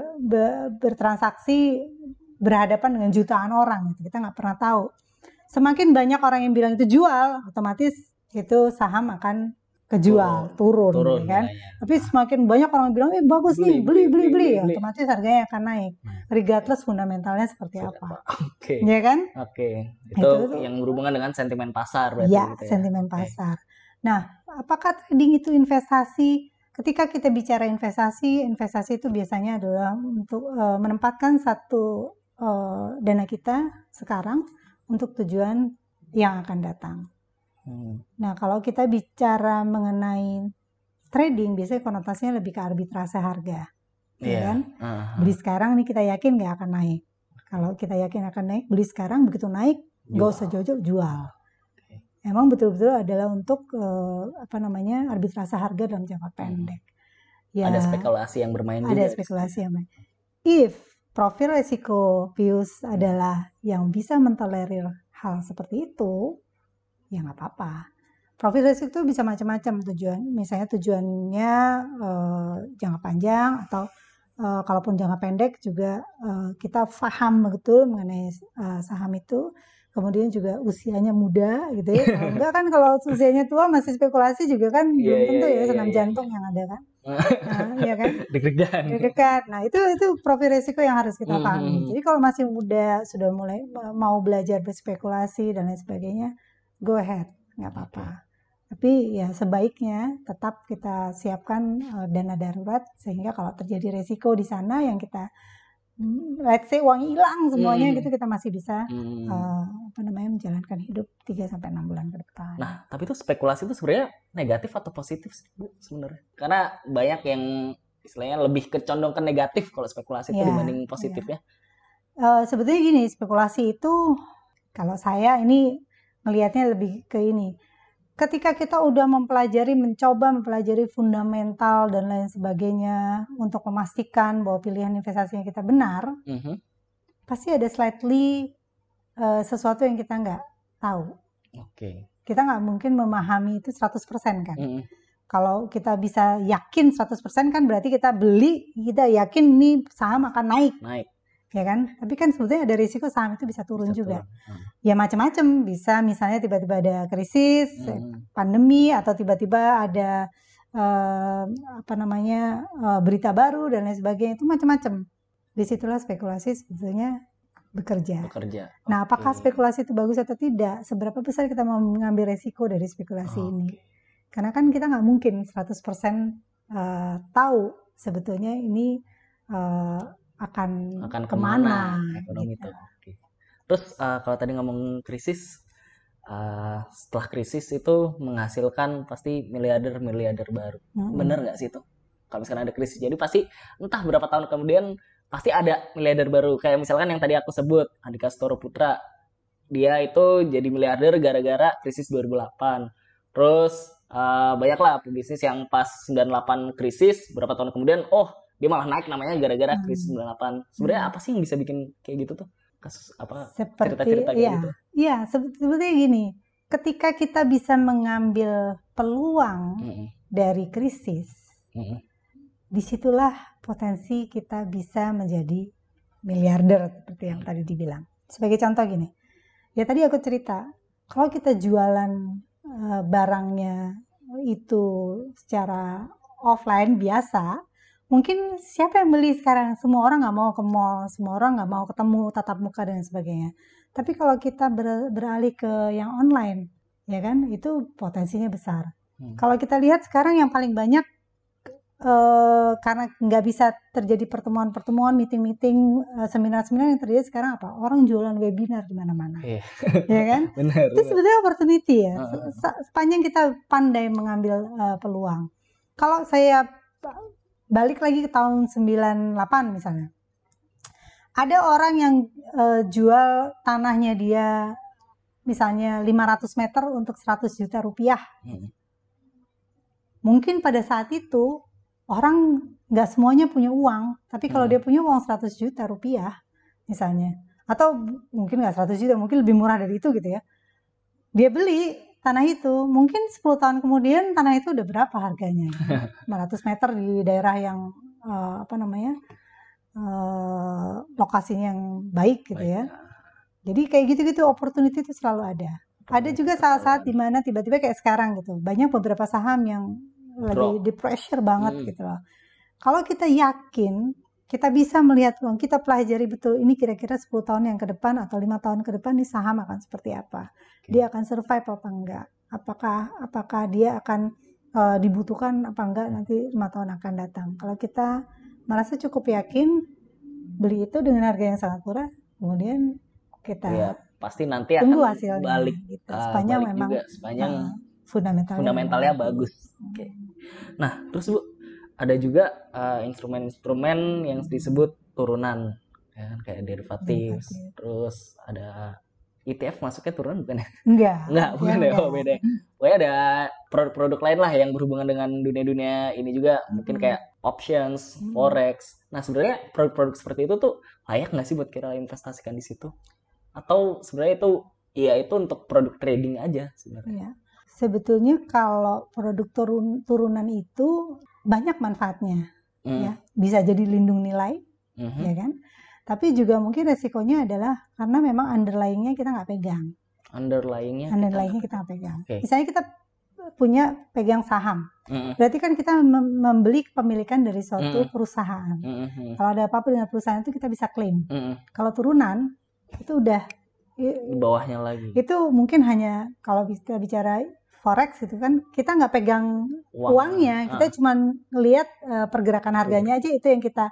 bertransaksi berhadapan dengan jutaan orang. Gitu. Kita nggak pernah tahu. Semakin banyak orang yang bilang itu jual, otomatis itu saham akan kejual, turun kan. Tapi semakin banyak orang yang bilang bagus nih, beli, otomatis harganya akan naik, regardless fundamentalnya seperti apa. Ya kan? Itu yang berhubungan dengan sentimen pasar berarti. Ya, gitu ya? Sentimen pasar. Nah, apakah trading itu investasi? Ketika kita bicara investasi itu biasanya adalah untuk menempatkan satu dana kita sekarang untuk tujuan yang akan datang. Nah, kalau kita bicara mengenai trading, biasanya konotasinya lebih ke arbitrase harga, ya kan? Beli sekarang nih kita yakin nggak akan naik. Kalau kita yakin akan naik, beli sekarang, begitu naik, nggak usah jauh-jauh, jual. Emang betul-betul adalah untuk arbitrase harga dalam jangka pendek. Ya, ada spekulasi yang bermain juga. Ada spekulasi yang bermain. If profil resiko Pius adalah yang bisa mentolerir hal seperti itu, ya nggak apa-apa. Profil risiko itu bisa macam-macam tujuan. Misalnya tujuannya jangka panjang atau kalaupun jangka pendek juga kita paham betul mengenai saham itu. Kemudian juga usianya muda gitu ya. Kalau enggak kan kalau usianya tua masih spekulasi juga kan belum tentu ya senam jantung yang ada kan. Ya kan? Deg-degan. Nah, itu profil risiko yang harus kita pahami. Jadi kalau masih muda sudah mulai mau belajar berspekulasi dan lain sebagainya, go ahead, nggak apa-apa. Tapi ya sebaiknya tetap kita siapkan dana darurat sehingga kalau terjadi resiko di sana yang kita let's say uang hilang semuanya gitu, kita masih bisa menjalankan hidup 3-6 bulan ke depan. Nah, tapi itu spekulasi itu sebenarnya negatif atau positif sih, Bu, sebenarnya? Karena banyak yang istilahnya lebih condong ke negatif kalau spekulasi itu dibanding positif ya. Sebetulnya gini, spekulasi itu kalau saya ini melihatnya lebih ke ini. Ketika kita udah mencoba mempelajari fundamental dan lain sebagainya untuk memastikan bahwa pilihan investasinya kita benar, pasti ada slightly sesuatu yang kita nggak tahu. Kita nggak mungkin memahami itu 100% kan. Kalau kita bisa yakin 100% kan berarti kita beli, kita yakin nih saham akan naik. Ya kan? Tapi kan sebetulnya ada risiko saham itu bisa turun juga. Ya macam-macam, bisa misalnya tiba-tiba ada krisis, pandemi, atau tiba-tiba ada berita baru dan lain sebagainya, itu macam-macam. Disitulah spekulasi sebetulnya bekerja. Nah, apakah spekulasi itu bagus atau tidak? Seberapa besar kita mau mengambil resiko dari spekulasi ini? Karena kan kita nggak mungkin 100% tahu sebetulnya ini akan kemana ekonomi gitu. itu. Terus kalau tadi ngomong krisis, setelah krisis itu menghasilkan pasti miliarder baru. Bener nggak sih itu? Kalau misalkan ada krisis, jadi pasti entah berapa tahun kemudian pasti ada miliarder baru. Kayak misalkan yang tadi aku sebut, Andika Setoro Putra, dia itu jadi miliarder gara-gara krisis 2008. Terus banyaklah pebisnis yang pas 98 krisis, berapa tahun kemudian, dia malah naik namanya gara-gara krisis 98. Sebenarnya apa sih yang bisa bikin kayak gitu tuh? Kasus apa? Cerita-cerita kayak gitu? Iya, sebetulnya gini. Ketika kita bisa mengambil peluang dari krisis, disitulah potensi kita bisa menjadi miliarder seperti yang tadi dibilang. Sebagai contoh gini, ya tadi aku cerita, kalau kita jualan barangnya itu secara offline biasa, mungkin siapa yang beli sekarang? Semua orang nggak mau ke mall, semua orang nggak mau ketemu tatap muka dan sebagainya. Tapi kalau kita beralih ke yang online, ya kan, itu potensinya besar. Kalau kita lihat sekarang yang paling banyak, karena nggak bisa terjadi pertemuan-pertemuan, meeting-meeting, seminar-seminar, yang terjadi sekarang apa? Orang jualan webinar di mana-mana, ya kan? Benar. Itu sebetulnya opportunity ya. Sepanjang kita pandai mengambil peluang. Kalau saya balik lagi ke tahun 98 misalnya, ada orang yang jual tanahnya dia misalnya 500 meter untuk 100 juta rupiah. Mungkin pada saat itu orang nggak semuanya punya uang, tapi kalau dia punya uang 100 juta rupiah misalnya, atau mungkin nggak 100 juta, mungkin lebih murah dari itu gitu ya, dia beli tanah itu, mungkin 10 tahun kemudian tanah itu udah berapa harganya? 500 meter di daerah yang lokasinya yang baik gitu ya. Jadi kayak gitu-gitu opportunity itu selalu ada. Ada juga saat-saat dimana tiba-tiba kayak sekarang gitu, banyak beberapa saham yang lagi di pressure banget gitu loh. Kalau kita yakin, kita bisa melihat uang, kita pelajari betul ini kira-kira 10 tahun yang ke depan atau 5 tahun ke depan ini saham akan seperti apa. Dia akan survive apa enggak? Apakah dia akan dibutuhkan apa enggak nanti 5 tahun akan datang. Kalau kita merasa cukup yakin, beli itu dengan harga yang sangat murah, kemudian kita pasti nanti tunggu akan hasilnya balik gitu. Sepanjang memang fundamentalnya bagus. Nah, terus Bu, ada juga instrumen-instrumen yang disebut turunan, ya, kayak derivatif. Terus ada ETF, masuknya turunan bukan ya? Enggak, bukan ya, beda. Pokoknya ada produk-produk lain lah yang berhubungan dengan dunia-dunia ini juga, mungkin kayak options, forex. Nah, sebenarnya produk-produk seperti itu tuh layak nggak sih buat kita investasikan di situ? Atau sebenarnya itu untuk produk trading aja sebenarnya? Ya. Sebetulnya kalau produk turunan itu banyak manfaatnya, ya, bisa jadi lindung nilai, ya kan? Tapi juga mungkin resikonya adalah karena memang underlyingnya kita nggak pegang. Underlyingnya kita nggak pegang. Misalnya kita punya pegang saham, berarti kan kita membeli kepemilikan dari suatu perusahaan. Kalau ada apa-apa dengan perusahaan itu kita bisa klaim. Kalau turunan itu udah di bawahnya lagi. Itu mungkin hanya kalau kita bicara forex itu kan kita nggak pegang uangnya, kita cuma ngelihat pergerakan harganya aja, itu yang kita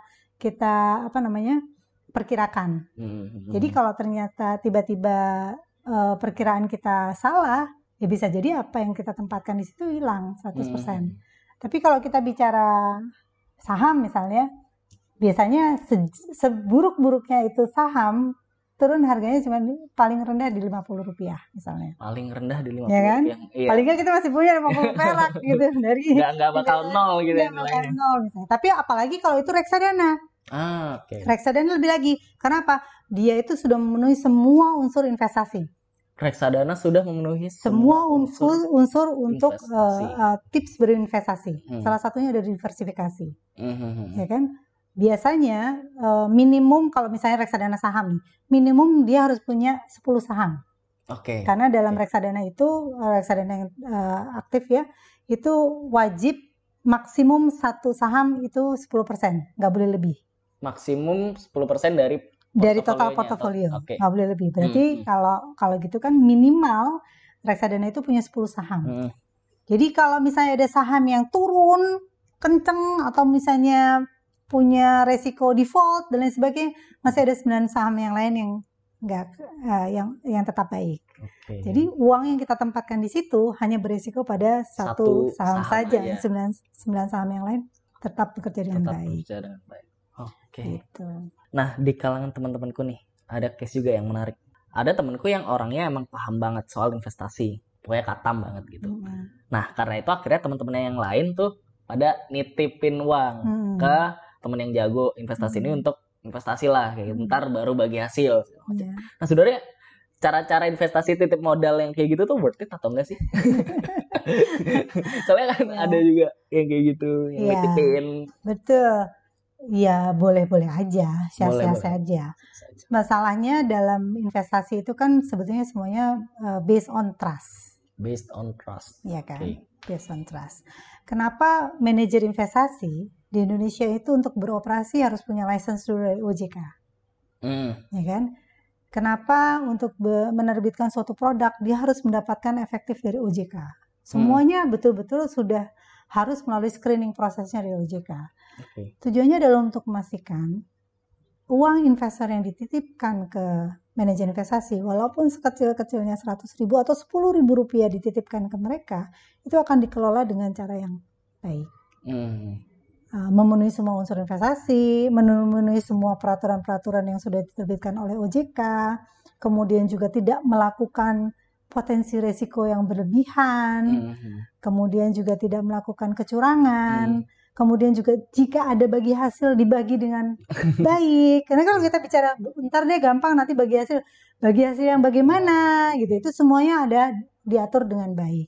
perkirakan. Jadi kalau ternyata tiba-tiba perkiraan kita salah, ya bisa jadi apa yang kita tempatkan di situ hilang 100%. Tapi kalau kita bicara saham misalnya, biasanya seburuk-buruknya itu saham, turun harganya cuma paling rendah di Rp50 misalnya. Paling rendah di Rp50. Ya kan? Iya. Paling nggak kita masih punya 50 perak gitu dari nggak bakal nol gitu ya nilainya. Nol misalnya. Tapi apalagi kalau itu reksadana. Reksadana lebih lagi. Kenapa? Dia itu sudah memenuhi semua unsur investasi. Reksadana sudah memenuhi semua unsur untuk tips berinvestasi. Salah satunya ada diversifikasi. Ya kan? Biasanya minimum kalau misalnya reksadana saham nih, minimum dia harus punya 10 saham. Karena dalam reksadana itu, reksadana yang aktif ya, itu wajib maksimum satu saham itu 10%, nggak boleh lebih. Maksimum 10% dari Total portofolio, Oke. nggak boleh lebih. Berarti kalau gitu kan minimal reksadana itu punya 10 saham. Jadi kalau misalnya ada saham yang turun kenceng atau misalnya punya resiko default dan lain sebagainya, masih ada 9 saham yang lain yang nggak yang tetap baik. Jadi uang yang kita tempatkan di situ hanya berisiko pada satu saham saja. 9 saham yang lain tetap bekerja dengan baik. Oke. Gitu. Nah, di kalangan teman-temanku nih, ada case juga yang menarik. Ada temanku yang orangnya emang paham banget soal investasi. Pokoknya katam banget gitu. Nah, karena itu akhirnya teman-temannya yang lain tuh pada nitipin uang ke temen yang jago investasi ini untuk investasi lah. Kayak ntar baru bagi hasil. Nah, sebenarnya cara-cara investasi titip modal yang kayak gitu tuh worth it atau enggak sih? Soalnya kan ada juga yang kayak gitu, yang nitipin. Betul. Ya boleh-boleh aja, sia-sia saja. Masalahnya dalam investasi itu kan sebetulnya semuanya based on trust. Based on trust. Iya kan, based on trust. Kenapa manajer investasi di Indonesia itu untuk beroperasi harus punya license dulu dari OJK? Ya kan? Kenapa untuk menerbitkan suatu produk dia harus mendapatkan efektif dari OJK? Semuanya betul-betul sudah harus melalui screening prosesnya dari OJK. Tujuannya adalah untuk memastikan uang investor yang dititipkan ke manajer investasi, walaupun sekecil-kecilnya 100.000 atau 10.000 rupiah dititipkan ke mereka, itu akan dikelola dengan cara yang baik. Memenuhi semua unsur investasi, memenuhi semua peraturan-peraturan yang sudah diterbitkan oleh OJK, kemudian juga tidak melakukan potensi resiko yang berlebihan, kemudian juga tidak melakukan kecurangan, kemudian juga jika ada bagi hasil dibagi dengan baik. Karena kalau kita bicara ntar deh gampang nanti bagi hasil yang bagaimana gitu, itu semuanya ada diatur dengan baik.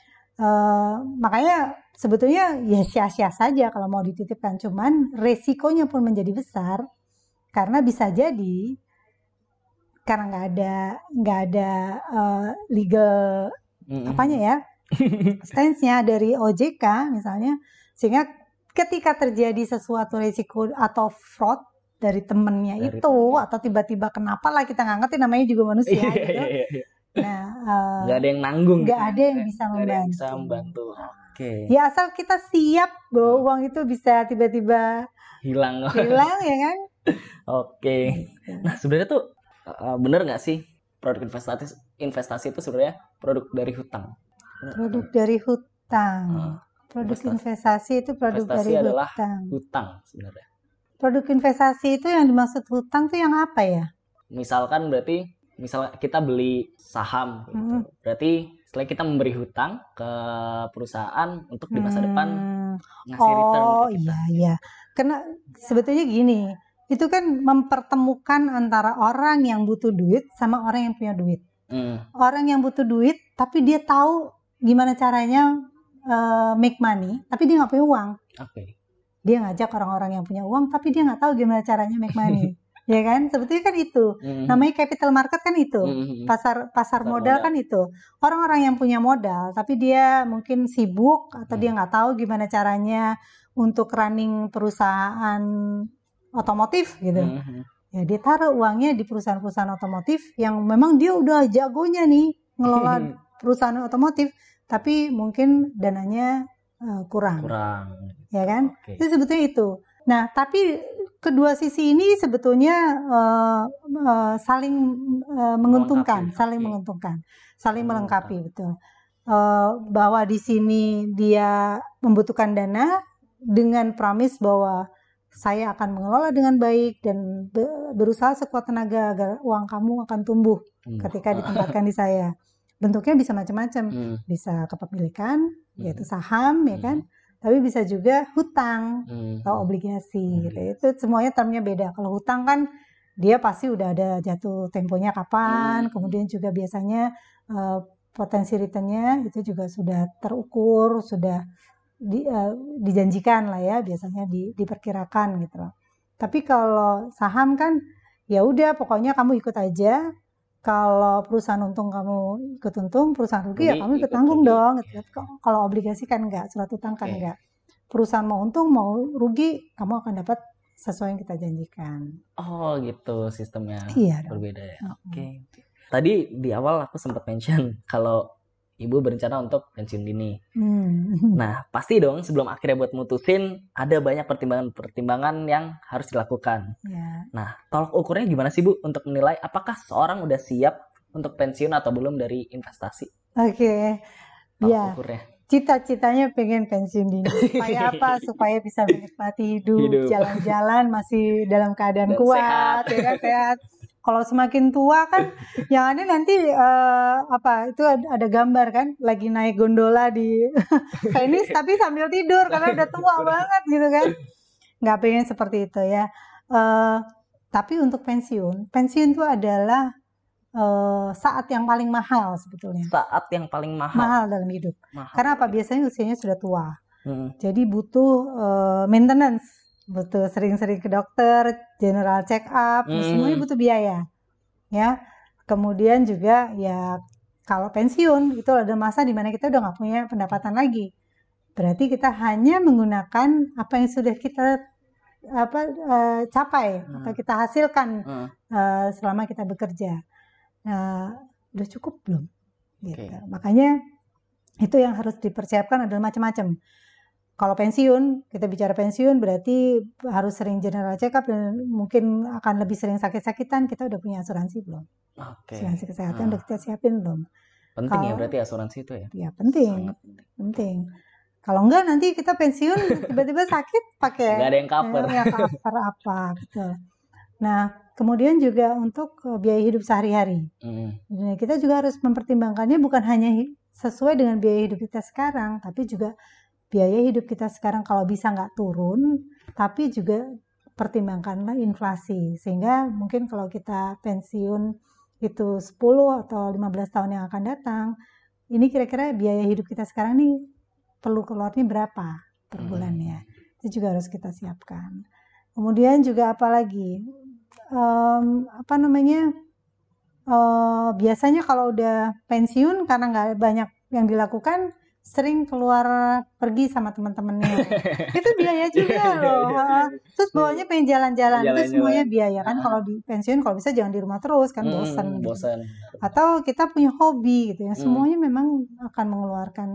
Makanya sebetulnya ya sia-sia saja kalau mau dititipkan, cuman resikonya pun menjadi besar karena bisa jadi karena nggak ada legal apanya ya stance-nya dari OJK misalnya, sehingga ketika terjadi sesuatu risiko atau fraud dari temennya atau tiba-tiba kenapa lah kita nggak ngerti, namanya juga manusia gitu. Nah, nggak ada yang nanggung, nggak ada yang bisa membantu. Ya asal kita siap bahwa uang itu bisa tiba-tiba hilang ya kan. Nah sebenarnya tuh bener nggak sih produk investasi itu sebenarnya produk dari hutang? Produk dari hutang. Produk investasi itu produk dari hutang sebenarnya. Produk investasi itu yang dimaksud hutang tuh yang apa ya? Misalkan misal kita beli saham gitu. Berarti setelah kita memberi hutang ke perusahaan untuk di masa depan ngasih return ke kita. Iya. Karena sebetulnya gini, itu kan mempertemukan antara orang yang butuh duit sama orang yang punya duit. Orang yang butuh duit tapi dia tahu gimana caranya make money, tapi dia nggak punya uang. Dia ngajak orang-orang yang punya uang, tapi dia nggak tahu gimana caranya make money. Ya kan, sebetulnya kan itu. Namanya capital market kan itu. Pasar modal kan itu. Orang-orang yang punya modal, tapi dia mungkin sibuk atau dia nggak tahu gimana caranya untuk running perusahaan otomotif gitu. Ya dia taruh uangnya di perusahaan-perusahaan otomotif yang memang dia udah jagonya nih ngelola perusahaan otomotif, tapi mungkin dananya kurang. Ya kan? Itu sebetulnya itu. Nah, tapi kedua sisi ini sebetulnya saling menguntungkan, saling melengkapi betul. Bahwa di sini dia membutuhkan dana dengan promise bahwa saya akan mengelola dengan baik dan berusaha sekuat tenaga agar uang kamu akan tumbuh ketika ditempatkan di saya. Bentuknya bisa macam-macam, bisa kepemilikan, yaitu saham, ya kan? Tapi bisa juga hutang atau obligasi, gitu. Itu semuanya termnya beda. Kalau hutang kan dia pasti udah ada jatuh temponya kapan, kemudian juga biasanya potensi returnnya itu juga sudah terukur, sudah dijanjikan lah ya, biasanya diperkirakan gitu loh. Tapi kalau saham kan ya udah pokoknya kamu ikut aja. Kalau perusahaan untung kamu ikut untung, perusahaan rugi ya kamu ikut tanggung dong. Gitu. Kalau obligasi kan enggak, surat utang kan enggak. perusahaan mau untung mau rugi, kamu akan dapat sesuai yang kita janjikan. Oh gitu sistemnya. Iya dong. Berbeda ya. Oke. Tadi di awal aku sempat mention kalau ibu berencana untuk pensiun dini. Nah pasti dong sebelum akhirnya buat mutusin ada banyak pertimbangan yang harus dilakukan. Ya. Nah tolak ukurnya gimana sih Bu untuk menilai apakah seorang udah siap untuk pensiun atau belum dari investasi? Oke. Tolak Ya. ukurnya. Cita-citanya pengen pensiun dini. Supaya apa? Supaya bisa menikmati hidup. Jalan-jalan masih dalam keadaan Dan kuat, sehat. ya kan, sehat. Kalau semakin tua kan, yang ada nanti itu ada gambar kan, lagi naik gondola di tenis tapi sambil tidur karena udah tua banget gitu kan. Nggak pengen seperti itu ya. Tapi untuk pensiun itu adalah saat yang paling mahal sebetulnya. Saat yang paling mahal. Mahal dalam hidup. Karena apa? Biasanya usianya sudah tua. Jadi butuh maintenance, butuh sering-sering ke dokter, general check up, semuanya butuh biaya. Ya. Kemudian juga ya kalau pensiun itu ada masa di mana kita udah nggak punya pendapatan lagi. Berarti kita hanya menggunakan apa yang sudah kita capai atau kita hasilkan selama kita bekerja. Udah cukup belum? Gitu. Makanya itu yang harus dipersiapkan adalah macam-macam. Kalau pensiun, kita bicara pensiun berarti harus sering general check up dan mungkin akan lebih sering sakit-sakitan. Kita udah punya asuransi belum? Asuransi kesehatan udah kita siapin belum? Penting ya berarti asuransi itu ya? Ya penting, penting. Kalau enggak nanti kita pensiun tiba-tiba sakit pakai nggak ada yang cover. Cover apa gitu. Nah, kemudian juga untuk biaya hidup sehari-hari. Kita juga harus mempertimbangkannya bukan hanya sesuai dengan biaya hidup kita sekarang, tapi juga biaya hidup kita sekarang kalau bisa nggak turun, tapi juga pertimbangkanlah inflasi. Sehingga mungkin kalau kita pensiun itu 10 atau 15 tahun yang akan datang, ini kira-kira biaya hidup kita sekarang nih perlu keluarnya berapa per bulannya. Itu juga harus kita siapkan. Kemudian juga apalagi biasanya kalau udah pensiun karena nggak banyak yang dilakukan, sering keluar pergi sama teman-temannya. Itu biaya juga loh. Terus bawanya pengen jalan-jalan, itu semuanya biaya kan. Kalau di pensiun kalau bisa jangan di rumah terus kan, bosan. Gitu. Atau kita punya hobi gitu ya, semuanya memang akan mengeluarkan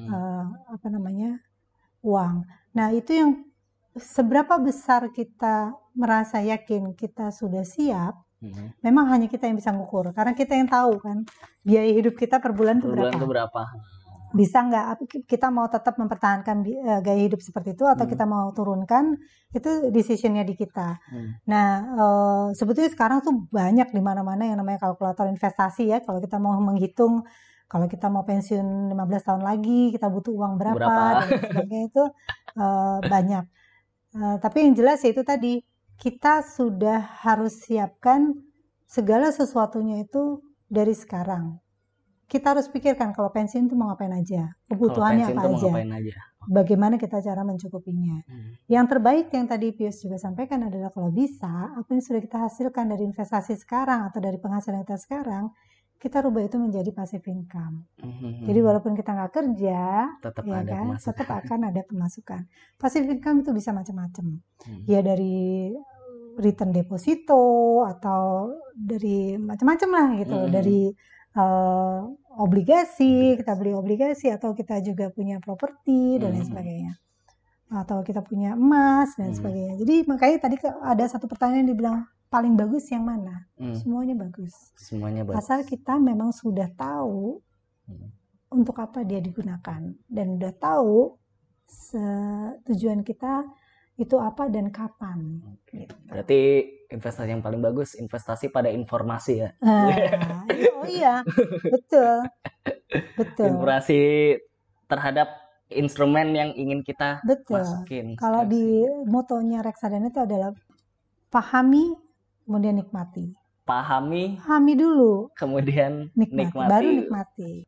uang. Nah itu yang seberapa besar kita merasa yakin kita sudah siap. Memang hanya kita yang bisa ngukur, karena kita yang tahu kan biaya hidup kita per bulan itu berapa. Bisa nggak kita mau tetap mempertahankan gaya hidup seperti itu atau kita mau turunkan, itu decisionnya di kita. Nah sebetulnya sekarang tuh banyak di mana-mana yang namanya kalkulator investasi ya, kalau kita mau menghitung kalau kita mau pensiun 15 tahun lagi kita butuh uang berapa dan sebagainya, itu banyak. Tapi yang jelas ya itu tadi, kita sudah harus siapkan segala sesuatunya itu dari sekarang. Kita harus pikirkan kalau pensiun itu mau ngapain aja, kebutuhannya apa aja, bagaimana kita cara mencukupinya. Yang terbaik yang tadi Pius juga sampaikan adalah kalau bisa, apa yang sudah kita hasilkan dari investasi sekarang atau dari penghasilan kita sekarang, kita rubah itu menjadi passive income. Jadi walaupun kita nggak kerja, tetap akan ada pemasukan. Passive income itu bisa macam-macam. Ya dari return deposito atau dari macam-macam lah gitu, dari obligasi, kita beli obligasi, atau kita juga punya properti dan lain sebagainya, atau kita punya emas dan sebagainya. Jadi makanya tadi ada satu pertanyaan yang dibilang paling bagus yang mana? Semuanya bagus. Asal kita memang sudah tahu untuk apa dia digunakan dan udah tahu tujuan kita itu apa dan kapan. Gitu. Berarti investasi yang paling bagus investasi pada informasi ya. Oh iya, betul. Informasi terhadap instrumen yang ingin kita masukin. Kalau di motonya reksadana itu adalah pahami, kemudian nikmati. Pahami dulu, kemudian nikmati. Baru nikmati.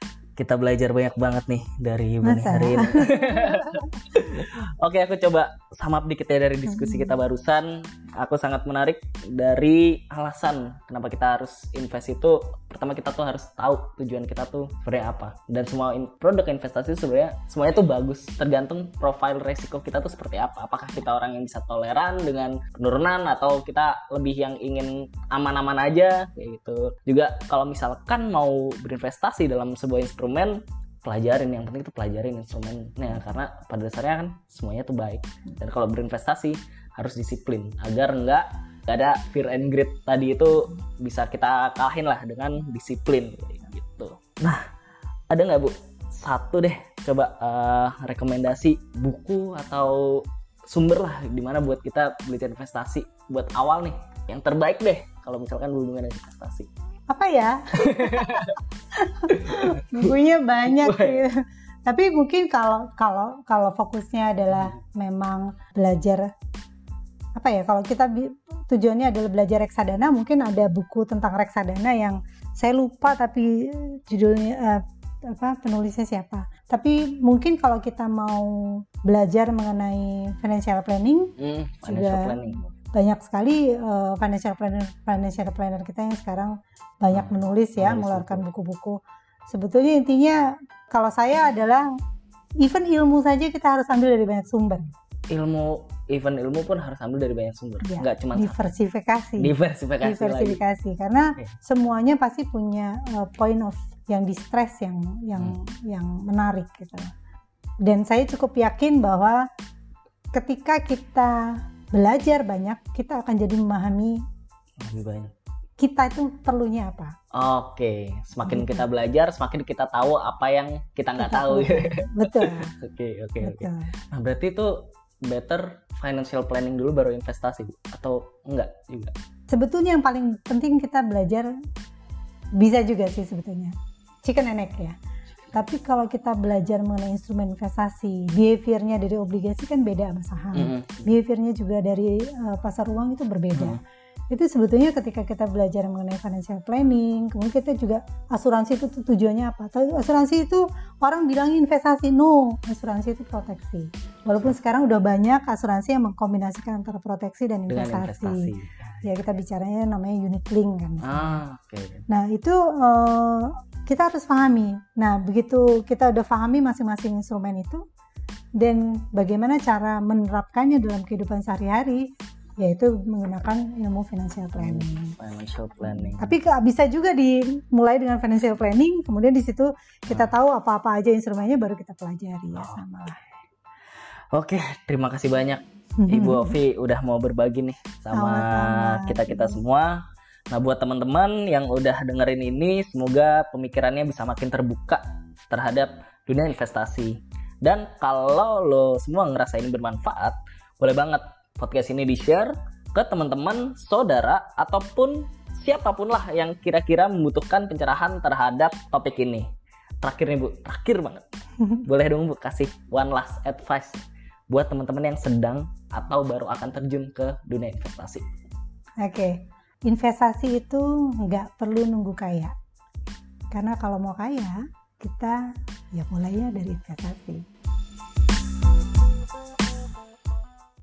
Kita belajar banyak banget nih dari Buni hari ini. Oke, aku coba sum up dikit ya dari diskusi kita barusan. Aku sangat menarik dari alasan kenapa kita harus invest itu. Pertama, kita tuh harus tahu tujuan kita tuh sebenarnya apa. Dan semua produk investasi sebenarnya semuanya tuh bagus, tergantung profil resiko kita tuh seperti apa. Apakah kita orang yang bisa toleran dengan penurunan, atau kita lebih yang ingin aman-aman aja kayak gitu. Juga kalau misalkan mau berinvestasi dalam sebuah instrumen, pelajarin, yang penting itu pelajarin instrumennya, karena pada dasarnya kan semuanya tuh baik. Dan kalau berinvestasi harus disiplin agar nggak ada fear and greed tadi itu bisa kita kalahin lah dengan disiplin gitu. Nah, ada nggak Bu satu deh coba rekomendasi buku atau sumber lah dimana buat kita belajar investasi buat awal nih, yang terbaik deh kalau misalkan berhubungan dengan investasi? Apa ya? Bukunya banyak sih. Tapi mungkin kalau fokusnya adalah memang belajar apa ya? Kalau kita tujuannya adalah belajar reksadana, mungkin ada buku tentang reksadana yang saya lupa tapi judulnya penulisnya siapa. Tapi mungkin kalau kita mau belajar mengenai financial planning, juga banyak sekali financial planner kita yang sekarang banyak menulis ya, mengeluarkan buku-buku. Sebetulnya intinya kalau saya adalah even ilmu saja kita harus ambil dari banyak sumber. Ilmu pun harus ambil dari banyak sumber, ya, nggak cuma diversifikasi lagi. Karena semuanya pasti punya point of yang di stress yang menarik gitu. Dan saya cukup yakin bahwa ketika kita belajar banyak, kita akan jadi memahami lebih banyak kita itu perlunya apa. Oke, semakin kita belajar, semakin kita tahu apa yang kita nggak tahu. Betul. Oke. Nah, berarti itu better financial planning dulu baru investasi, atau enggak juga? Sebetulnya yang paling penting kita belajar, bisa juga sih sebetulnya chicken and egg ya. Tapi kalau kita belajar mengenai instrumen investasi, behaviornya dari obligasi kan beda sama saham. Behaviornya juga dari pasar uang itu berbeda. Itu sebetulnya ketika kita belajar mengenai financial planning, kemudian kita juga asuransi itu tujuannya apa? Asuransi itu orang bilang investasi, no, asuransi itu proteksi. Walaupun sekarang udah banyak asuransi yang mengkombinasikan antara proteksi dan investasi. Ya kita bicaranya namanya unit link kan. Nah itu kita harus pahami. Nah begitu kita udah pahami masing-masing instrumen itu, dan bagaimana cara menerapkannya dalam kehidupan sehari-hari, yaitu menggunakan ilmu financial planning. Tapi bisa juga dimulai dengan financial planning, kemudian di situ kita tahu apa-apa aja instrumennya, baru kita pelajari ya sama lah. Oke, terima kasih banyak Ibu Ovi udah mau berbagi nih sama kita semua. Nah, buat teman-teman yang udah dengerin ini, semoga pemikirannya bisa makin terbuka terhadap dunia investasi. Dan kalau lo semua ngerasa ini bermanfaat, boleh banget podcast ini di-share ke teman-teman, saudara, ataupun siapapun lah yang kira-kira membutuhkan pencerahan terhadap topik ini. Terakhir nih Bu, terakhir banget. Boleh dong Bu kasih one last advice buat teman-teman yang sedang atau baru akan terjun ke dunia investasi. Oke. Investasi itu nggak perlu nunggu kaya. Karena kalau mau kaya, kita ya mulainya dari investasi.